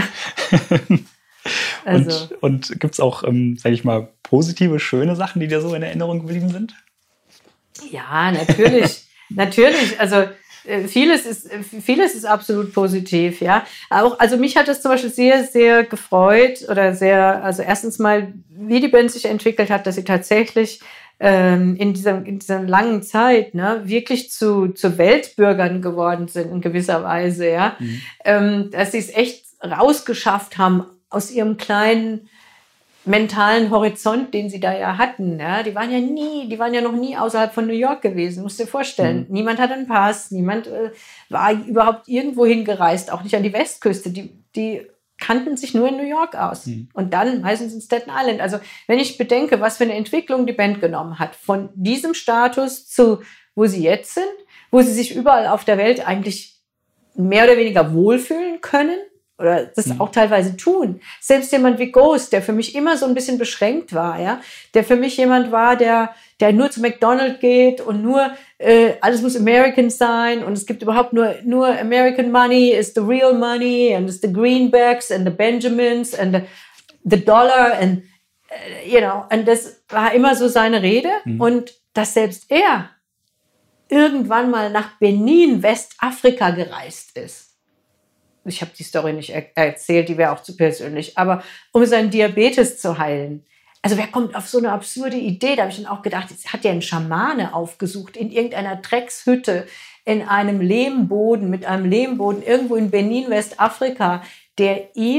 Also. Und gibt es auch, sage ich mal, positive, schöne Sachen, die dir so in Erinnerung geblieben sind? Ja, natürlich. Natürlich. Also vieles ist absolut positiv, ja. Also mich hat es zum Beispiel sehr, sehr gefreut also erstens mal, wie die Band sich entwickelt hat, dass sie tatsächlich in dieser langen Zeit wirklich zu Weltbürgern geworden sind in gewisser Weise, ja. Dass sie es echt rausgeschafft haben aus ihrem kleinen mentalen Horizont, den sie da ja hatten. Ja? Die waren ja noch nie außerhalb von New York gewesen, musst du dir vorstellen. Niemand hat einen Pass, niemand war überhaupt irgendwo hingereist, auch nicht an die Westküste. Die kannten sich nur in New York aus. Und dann meistens in Staten Island. Also wenn ich bedenke, was für eine Entwicklung die Band genommen hat, von diesem Status zu, wo sie jetzt sind, wo sie sich überall auf der Welt eigentlich mehr oder weniger wohlfühlen können, oder das auch teilweise tun. Selbst jemand wie Ghost, der für mich immer so ein bisschen beschränkt war, ja, der für mich jemand war, der nur zu McDonald's geht und nur alles muss American sein und es gibt überhaupt nur American money is the real money and it's the greenbacks and the Benjamins and the dollar and und das war immer so seine Rede und dass selbst er irgendwann mal nach Benin, Westafrika gereist ist. Ich habe die Story nicht erzählt, die wäre auch zu persönlich, aber um seinen Diabetes zu heilen. Also wer kommt auf so eine absurde Idee? Da habe ich dann auch gedacht, jetzt hat ja ein Schamane aufgesucht in irgendeiner Dreckshütte, in einem Lehmboden, mit einem Lehmboden, irgendwo in Benin, Westafrika, der ihn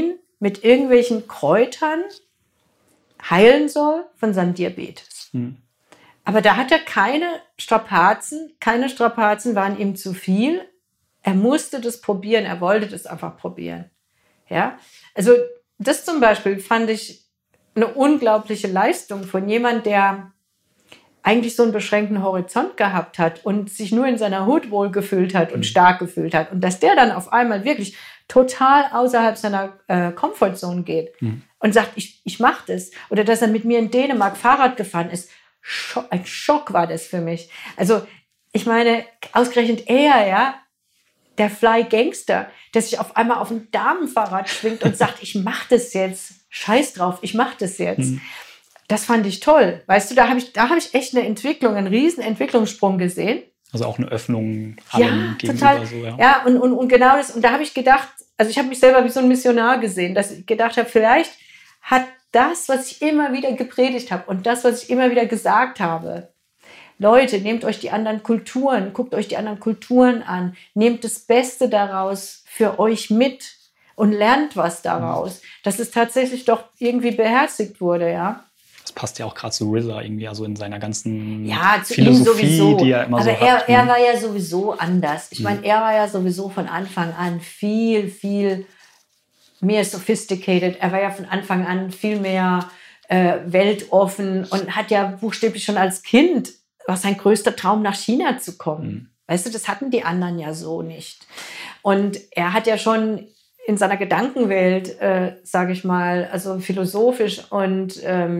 mit irgendwelchen Kräutern heilen soll von seinem Diabetes. Aber da hat er keine Strapazen waren ihm zu viel. Er musste das probieren, er wollte das einfach probieren. Ja? Also das zum Beispiel fand ich eine unglaubliche Leistung von jemand, der eigentlich so einen beschränkten Horizont gehabt hat und sich nur in seiner Hut wohlgefühlt hat und stark gefühlt hat. Und dass der dann auf einmal wirklich total außerhalb seiner Comfortzone geht und sagt, ich mache das. Oder dass er mit mir in Dänemark Fahrrad gefahren ist. Ein Schock war das für mich. Also ich meine, ausgerechnet er, ja, der Fly Gangster, der sich auf einmal auf ein Damenfahrrad schwingt und sagt, ich mache das jetzt. Scheiß drauf, ich mache das jetzt. Das fand ich toll. Weißt du, da hab ich echt eine Entwicklung, einen riesen Entwicklungssprung gesehen. Also auch eine Öffnung allem gegenüber. Total. So, ja. Ja, und genau das. Und da habe ich gedacht, also ich habe mich selber wie so ein Missionar gesehen, dass ich gedacht habe, vielleicht hat das, was ich immer wieder gepredigt habe und das, was ich immer wieder gesagt habe, Leute, nehmt euch die anderen Kulturen, guckt euch die anderen Kulturen an, nehmt das Beste daraus für euch mit und lernt was daraus, dass es tatsächlich doch irgendwie beherzigt wurde, ja. Das passt ja auch gerade zu RZA irgendwie, also in seiner ganzen zu Philosophie, die er immer aber so hat. Er war ja sowieso anders. Ich meine, er war ja sowieso von Anfang an viel, viel mehr sophisticated. Er war ja von Anfang an viel mehr weltoffen und hat ja buchstäblich schon als Kind, war sein größter Traum, nach China zu kommen. Weißt du, das hatten die anderen ja so nicht. Und er hat ja schon in seiner Gedankenwelt, sage ich mal, also philosophisch und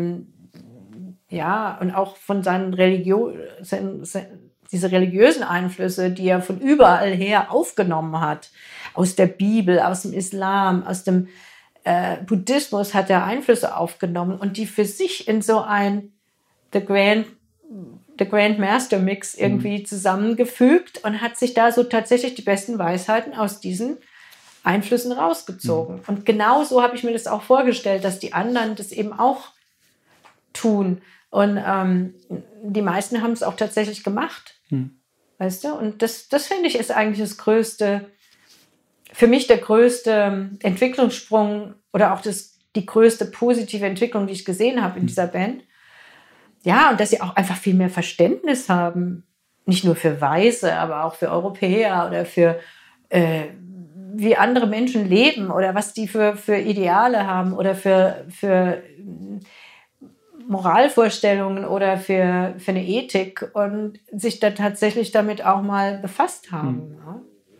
und auch von seinen diese religiösen Einflüsse, die er von überall her aufgenommen hat, aus der Bibel, aus dem Islam, aus dem Buddhismus hat er Einflüsse aufgenommen und die für sich in so ein The Grand Master Mix irgendwie zusammengefügt und hat sich da so tatsächlich die besten Weisheiten aus diesen Einflüssen rausgezogen. Und genau so habe ich mir das auch vorgestellt, dass die anderen das eben auch tun. Und die meisten haben es auch tatsächlich gemacht. Weißt du? Und das finde ich ist eigentlich das größte, für mich der größte Entwicklungssprung oder auch die größte positive Entwicklung, die ich gesehen habe in dieser Band. Ja, und dass sie auch einfach viel mehr Verständnis haben. Nicht nur für Weiße, aber auch für Europäer oder für wie andere Menschen leben oder was die für Ideale haben oder für Moralvorstellungen oder für eine Ethik und sich da tatsächlich damit auch mal befasst haben. Ja.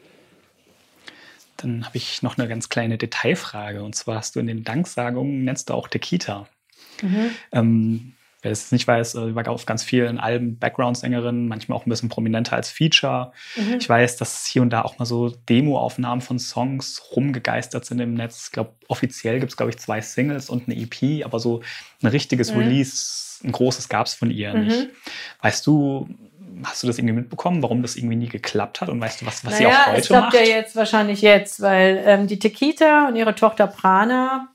Dann habe ich noch eine ganz kleine Detailfrage. Und zwar hast du in den Danksagungen, nennst du auch Tequita. Wer es nicht weiß, war auf ganz vielen Alben Background-Sängerin, manchmal auch ein bisschen prominenter als Feature. Ich weiß, dass hier und da auch mal so Demo-Aufnahmen von Songs rumgegeistert sind im Netz. Ich glaube, offiziell gibt es, glaube ich, 2 Singles und eine EP, aber so ein richtiges Release, ein großes gab es von ihr nicht. Weißt du, hast du das irgendwie mitbekommen, warum das irgendwie nie geklappt hat? Und weißt du, was sie auch heute es klappt macht? Ja jetzt wahrscheinlich jetzt, weil die Tequita und ihre Tochter Prana,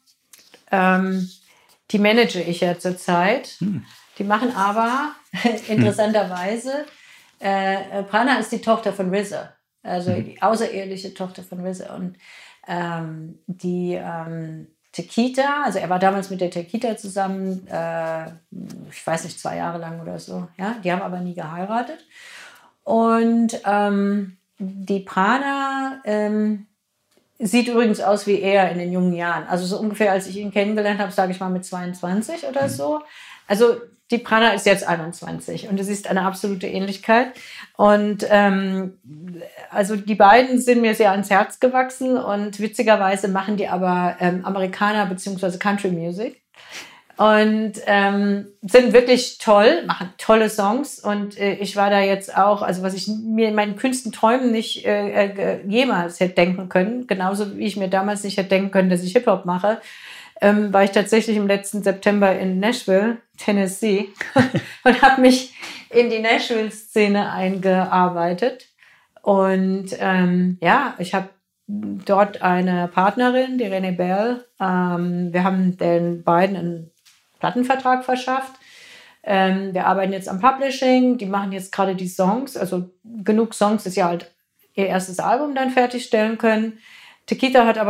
die manage ich ja zurzeit. Die machen aber interessanterweise, Prana ist die Tochter von RZA, also die außereheliche Tochter von RZA. Und die Tequita, also er war damals mit der Tequita zusammen, ich weiß nicht, 2 Jahre lang oder so. Ja? Die haben aber nie geheiratet. Und die Prana sieht übrigens aus wie er in den jungen Jahren. Also so ungefähr, als ich ihn kennengelernt habe, sage ich mal mit 22 oder so. Also die Prana ist jetzt 21 und es ist eine absolute Ähnlichkeit. Und also die beiden sind mir sehr ans Herz gewachsen und witzigerweise machen die aber Amerikaner bzw. Country Music. Und sind wirklich toll, machen tolle Songs. Und ich war da jetzt auch, also was ich mir in meinen kühnsten Träumen nicht jemals hätte denken können, genauso wie ich mir damals nicht hätte denken können, dass ich Hip-Hop mache, war ich tatsächlich im letzten September in Nashville, Tennessee und habe mich in die Nashville-Szene eingearbeitet. Und ich habe dort eine Partnerin, die Renee Bell. Wir haben den beiden einen Plattenvertrag verschafft. Wir arbeiten jetzt am Publishing. Die machen jetzt gerade die Songs. Also genug Songs, dass sie halt ihr erstes Album dann fertigstellen können. Tequita hat aber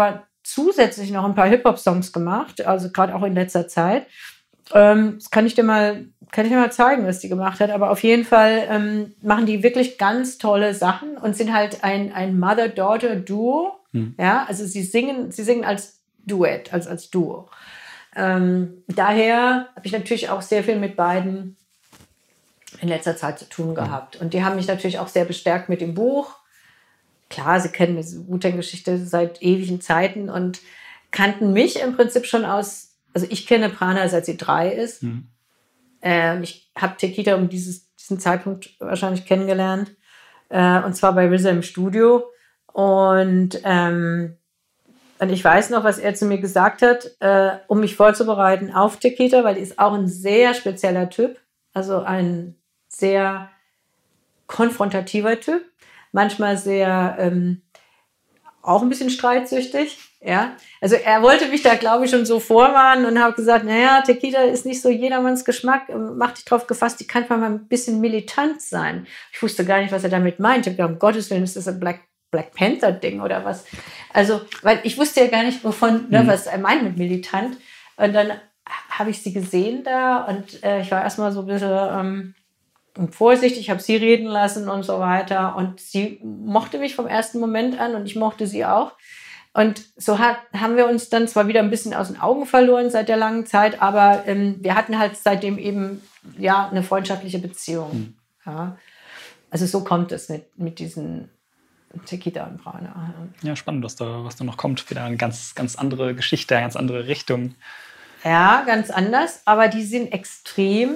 zusätzlich noch ein paar Hip-Hop-Songs gemacht, also gerade auch in letzter Zeit. Das kann ich dir mal zeigen, was die gemacht hat. Aber auf jeden Fall machen die wirklich ganz tolle Sachen und sind halt ein Mother-Daughter-Duo. Ja, also sie singen als Duett, als Duo. Daher habe ich natürlich auch sehr viel mit beiden in letzter Zeit zu tun gehabt. Und die haben mich natürlich auch sehr bestärkt mit dem Buch. Klar, sie kennen die Wu-Tang-Geschichte seit ewigen Zeiten und kannten mich im Prinzip schon aus. Also ich kenne Prana, seit sie 3 ist. Ich habe Tekita um diesen Zeitpunkt wahrscheinlich kennengelernt. Und zwar bei RZA im Studio. Und ich weiß noch, was er zu mir gesagt hat, um mich vorzubereiten auf Tekita, weil die ist auch ein sehr spezieller Typ. Also ein sehr konfrontativer Typ. Manchmal sehr auch ein bisschen streitsüchtig. Ja, also er wollte mich da, glaube ich, schon so vorwarnen und habe gesagt, naja, Tekita ist nicht so jedermanns Geschmack, mach dich drauf gefasst, die kann mal ein bisschen militant sein. Ich wusste gar nicht, was er damit meint. Ich habe gedacht, um Gottes Willen, ist das ein Black Panther-Ding oder was? Also, weil ich wusste ja gar nicht, was er meint mit militant. Und dann habe ich sie gesehen da und ich war erstmal so ein bisschen vorsichtig, ich habe sie reden lassen und so weiter. Und sie mochte mich vom ersten Moment an und ich mochte sie auch. Und so haben wir uns dann zwar wieder ein bisschen aus den Augen verloren seit der langen Zeit, aber wir hatten halt seitdem eben ja eine freundschaftliche Beziehung. Ja. Also so kommt es mit diesen Tekita und Prana. Ja, spannend, was da noch kommt. Wieder eine ganz, ganz andere Geschichte, eine ganz andere Richtung. Ja, ganz anders, aber die sind extrem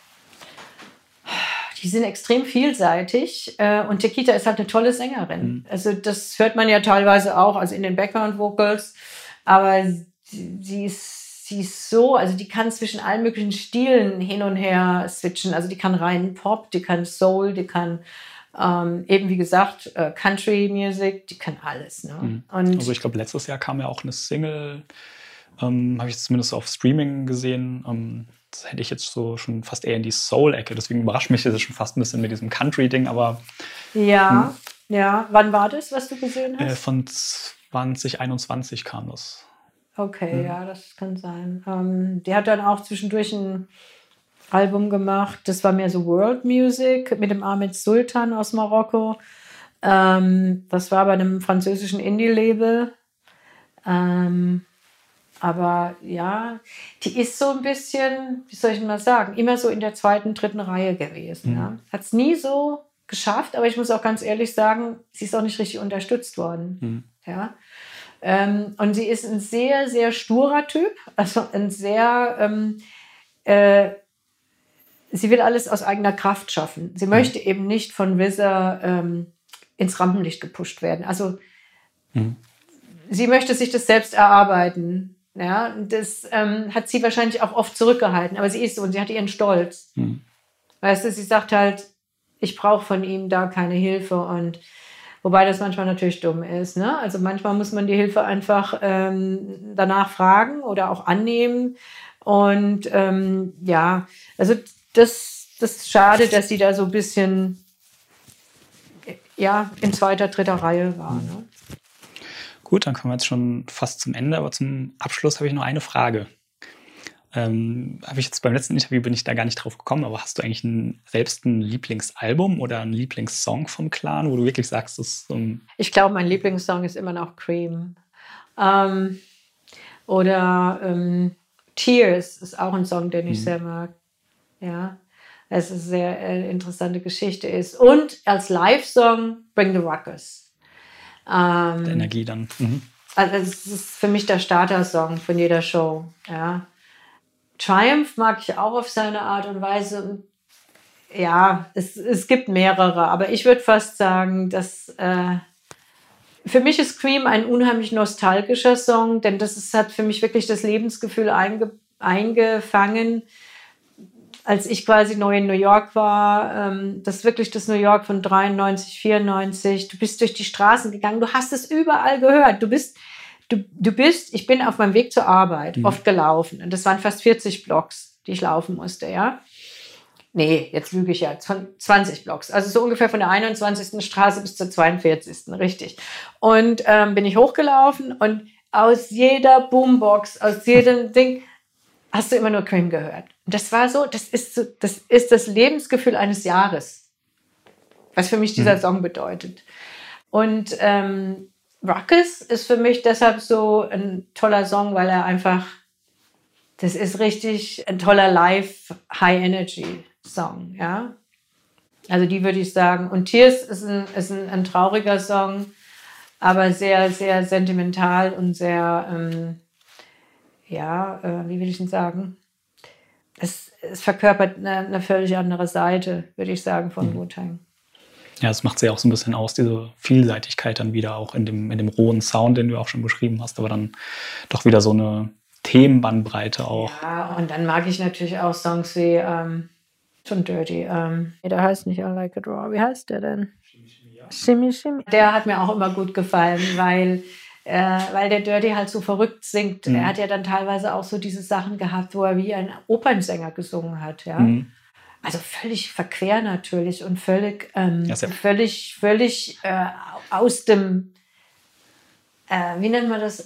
vielseitig und Tekita ist halt eine tolle Sängerin. Also das hört man ja teilweise auch, also in den Background-Vocals, aber sie ist so, also die kann zwischen allen möglichen Stilen hin und her switchen, also die kann rein Pop, die kann Soul, die kann eben wie gesagt Country-Music, die kann alles. Ne? Und also ich glaube, letztes Jahr kam ja auch eine Single, habe ich zumindest so auf Streaming gesehen, das hätte ich jetzt so schon fast eher in die Soul-Ecke. Deswegen überrascht mich das schon fast ein bisschen mit diesem Country-Ding, aber... Ja. Wann war das, was du gesehen hast? Von 2021 kam das. Okay, ja, das kann sein. Die hat dann auch zwischendurch ein Album gemacht, das war mehr so World Music mit dem Ahmed Sultan aus Marokko. Das war bei einem französischen Indie-Label. Aber ja, die ist so ein bisschen, wie soll ich mal sagen, immer so in der 2., 3. Reihe gewesen. Ja. Hat es nie so geschafft, aber ich muss auch ganz ehrlich sagen, sie ist auch nicht richtig unterstützt worden. Ja. Und sie ist ein sehr, sehr sturer Typ, also ein sehr, sie will alles aus eigener Kraft schaffen. Sie möchte eben nicht von RZA ins Rampenlicht gepusht werden. Also sie möchte sich das selbst erarbeiten. Ja, das hat sie wahrscheinlich auch oft zurückgehalten, aber sie ist so und sie hat ihren Stolz. Weißt du, sie sagt halt, ich brauche von ihm da keine Hilfe und wobei das manchmal natürlich dumm ist. Ne? Also manchmal muss man die Hilfe einfach danach fragen oder auch annehmen und ja, also das ist schade, dass sie da so ein bisschen ja, in 2., 3. Reihe war. Ne? Gut, dann kommen wir jetzt schon fast zum Ende, aber zum Abschluss habe ich noch eine Frage. Habe ich jetzt beim letzten Interview bin ich da gar nicht drauf gekommen, aber hast du eigentlich selbst ein Lieblingsalbum oder einen Lieblingssong vom Clan, wo du wirklich sagst, das ist so ein... Ich glaube, mein Lieblingssong ist immer noch Cream. Oder Tears ist auch ein Song, den ich sehr mag. Ja, es ist eine sehr interessante Geschichte ist. Und als Live-Song Bring the Ruckus. Der Energie dann. Also es ist für mich der Starter-Song von jeder Show. Ja. Triumph mag ich auch auf seine Art und Weise. Ja, es gibt mehrere, aber ich würde fast sagen, dass für mich ist Cream ein unheimlich nostalgischer Song, denn hat für mich wirklich das Lebensgefühl eingefangen, als ich quasi neu in New York war, das ist wirklich das New York von 93, 94. Du bist durch die Straßen gegangen, du hast es überall gehört. Ich bin auf meinem Weg zur Arbeit oft gelaufen und das waren fast 40 Blocks, die ich laufen musste, ja. Nee, jetzt lüge ich ja, 20 Blocks. Also so ungefähr von der 21. Straße bis zur 42. Richtig. Und bin ich hochgelaufen und aus jeder Boombox, aus jedem Ding, hast du immer nur Cream gehört. Und das war so, das ist das Lebensgefühl eines Jahres, was für mich dieser Song bedeutet. Und Ruckus ist für mich deshalb so ein toller Song, weil er einfach, das ist richtig ein toller Live-High-Energy-Song, ja. Also die würde ich sagen. Und Tears ist ein trauriger Song, aber sehr, sehr sentimental und sehr, wie will ich denn sagen? Es verkörpert eine völlig andere Seite, würde ich sagen, von Wu-Tang. Ja, das macht sie auch so ein bisschen aus, diese Vielseitigkeit dann wieder auch in dem rohen Sound, den du auch schon beschrieben hast, aber dann doch wieder so eine Themenbandbreite auch. Ja, und dann mag ich natürlich auch Songs wie von Dirty. Der heißt nicht I Like It Raw. Wie heißt der denn? Shimmy Shimmy. Der hat mir auch immer gut gefallen, weil der Dirty halt so verrückt singt. Er hat ja dann teilweise auch so diese Sachen gehabt, wo er wie ein Opernsänger gesungen hat. Ja? Also völlig verquer natürlich und völlig aus dem, wie nennt man das,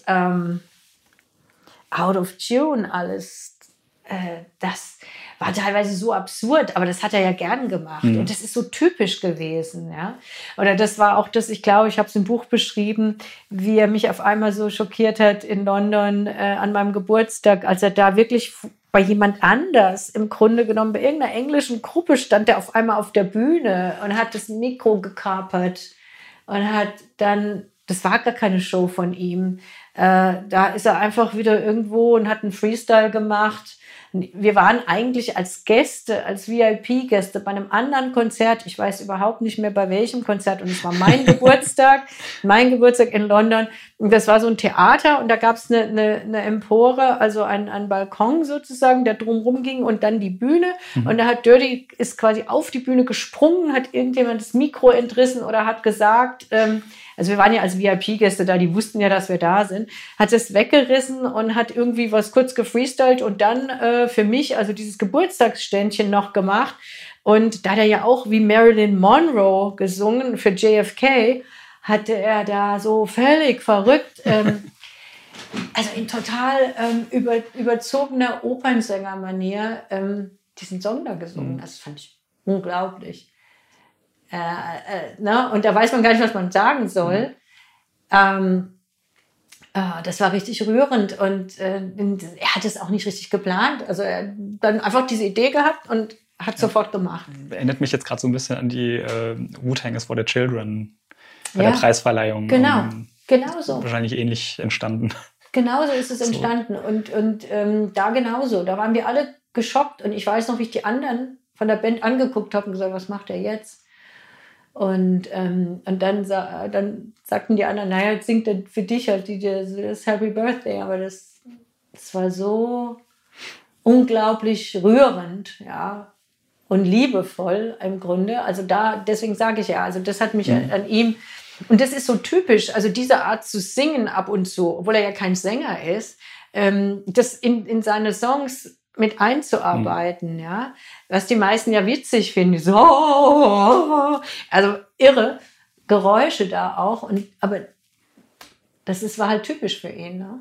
out of tune alles. Das war teilweise so absurd, aber das hat er ja gern gemacht. Und das ist so typisch gewesen. Ja? Oder das war auch das, ich glaube, ich habe es im Buch beschrieben, wie er mich auf einmal so schockiert hat in London an meinem Geburtstag, als er da wirklich bei jemand anders, im Grunde genommen bei irgendeiner englischen Gruppe, stand er auf einmal auf der Bühne und hat das Mikro gekapert und hat dann, das war gar keine Show von ihm, da ist er einfach wieder irgendwo und hat einen Freestyle gemacht. Wir waren eigentlich als Gäste, als VIP-Gäste bei einem anderen Konzert. Ich weiß überhaupt nicht mehr, bei welchem Konzert. Und es war mein Geburtstag in London. Und das war so ein Theater und da gab es eine Empore, also einen Balkon sozusagen, der drumherum ging und dann die Bühne. Und da hat Dirty ist quasi auf die Bühne gesprungen, hat irgendjemand das Mikro entrissen oder hat gesagt, also wir waren ja als VIP-Gäste da, die wussten ja, dass wir da sind, hat es weggerissen und hat irgendwie was kurz gefreestylt und dann für mich, also dieses Geburtstagsständchen noch gemacht. Und da hat er ja auch wie Marilyn Monroe gesungen für JFK, hatte er da so völlig verrückt, also in total überzogener Opernsängermanier diesen Song da gesungen. Das fand ich unglaublich. Und da weiß man gar nicht, was man sagen soll. Das war richtig rührend und er hat es auch nicht richtig geplant. Also er hat dann einfach diese Idee gehabt und hat sofort gemacht. Erinnert mich jetzt gerade so ein bisschen an die Wu-Tang is for the Children bei der Preisverleihung. Genau so. Wahrscheinlich ähnlich entstanden. Genauso ist es entstanden und da genauso. Da waren wir alle geschockt und ich weiß noch, wie ich die anderen von der Band angeguckt habe und gesagt, was macht er jetzt? Und dann sagten die anderen, naja, jetzt singt er für dich halt das Happy Birthday. Aber das war so unglaublich rührend, ja, und liebevoll im Grunde. Also deswegen sage ich ja, also das hat mich an ihm, und das ist so typisch, also diese Art zu singen ab und zu, obwohl er ja kein Sänger ist, das in seine Songs mit einzuarbeiten, ja, was die meisten ja witzig finden, so, also irre Geräusche da auch, aber war halt typisch für ihn, ne?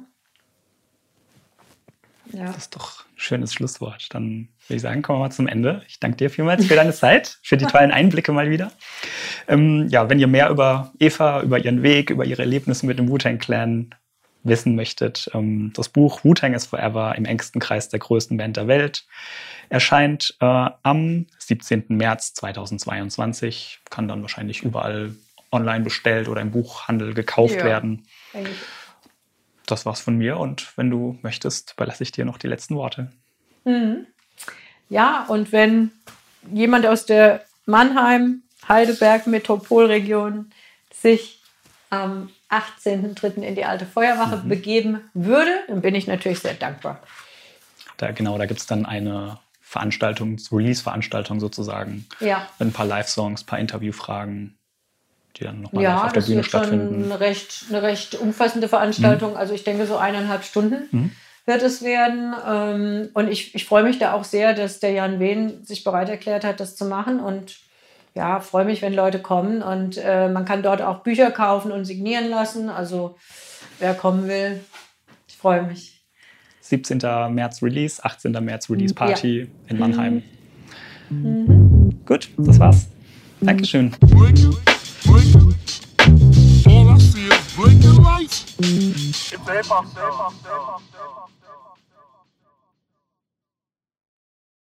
Ja. Das ist doch ein schönes Schlusswort. Dann würde ich sagen, kommen wir mal zum Ende. Ich danke dir vielmals für deine Zeit, für die tollen Einblicke mal wieder. Wenn ihr mehr über Eva, über ihren Weg, über ihre Erlebnisse mit dem Wu-Tang Clan wissen möchtet, das Buch Wu-Tang is Forever im engsten Kreis der größten Band der Welt erscheint am 17. März 2022. Kann dann wahrscheinlich überall online bestellt oder im Buchhandel gekauft werden. Eigentlich. Das war's von mir und wenn du möchtest, überlasse ich dir noch die letzten Worte. Ja, und wenn jemand aus der Mannheim-Heidelberg-Metropolregion sich am 18.03. in die Alte Feuerwache begeben würde, dann bin ich natürlich sehr dankbar. Da gibt es dann eine Veranstaltung, Release-Veranstaltung sozusagen. Ja. Mit ein paar Live-Songs, ein paar Interviewfragen, die dann nochmal live auf der Bühne stattfinden. Ja, das wird schon eine recht umfassende Veranstaltung. Also ich denke, so 1,5 Stunden wird es werden. Und ich freue mich da auch sehr, dass der Jan Wehn sich bereit erklärt hat, das zu machen. Und ja, freue mich, wenn Leute kommen. Und man kann dort auch Bücher kaufen und signieren lassen. Also wer kommen will, ich freue mich. 17. März Release, 18. März Release Party in Mannheim. Gut, das war's. Dankeschön. All I see is blinking lights. It's a hip-hop.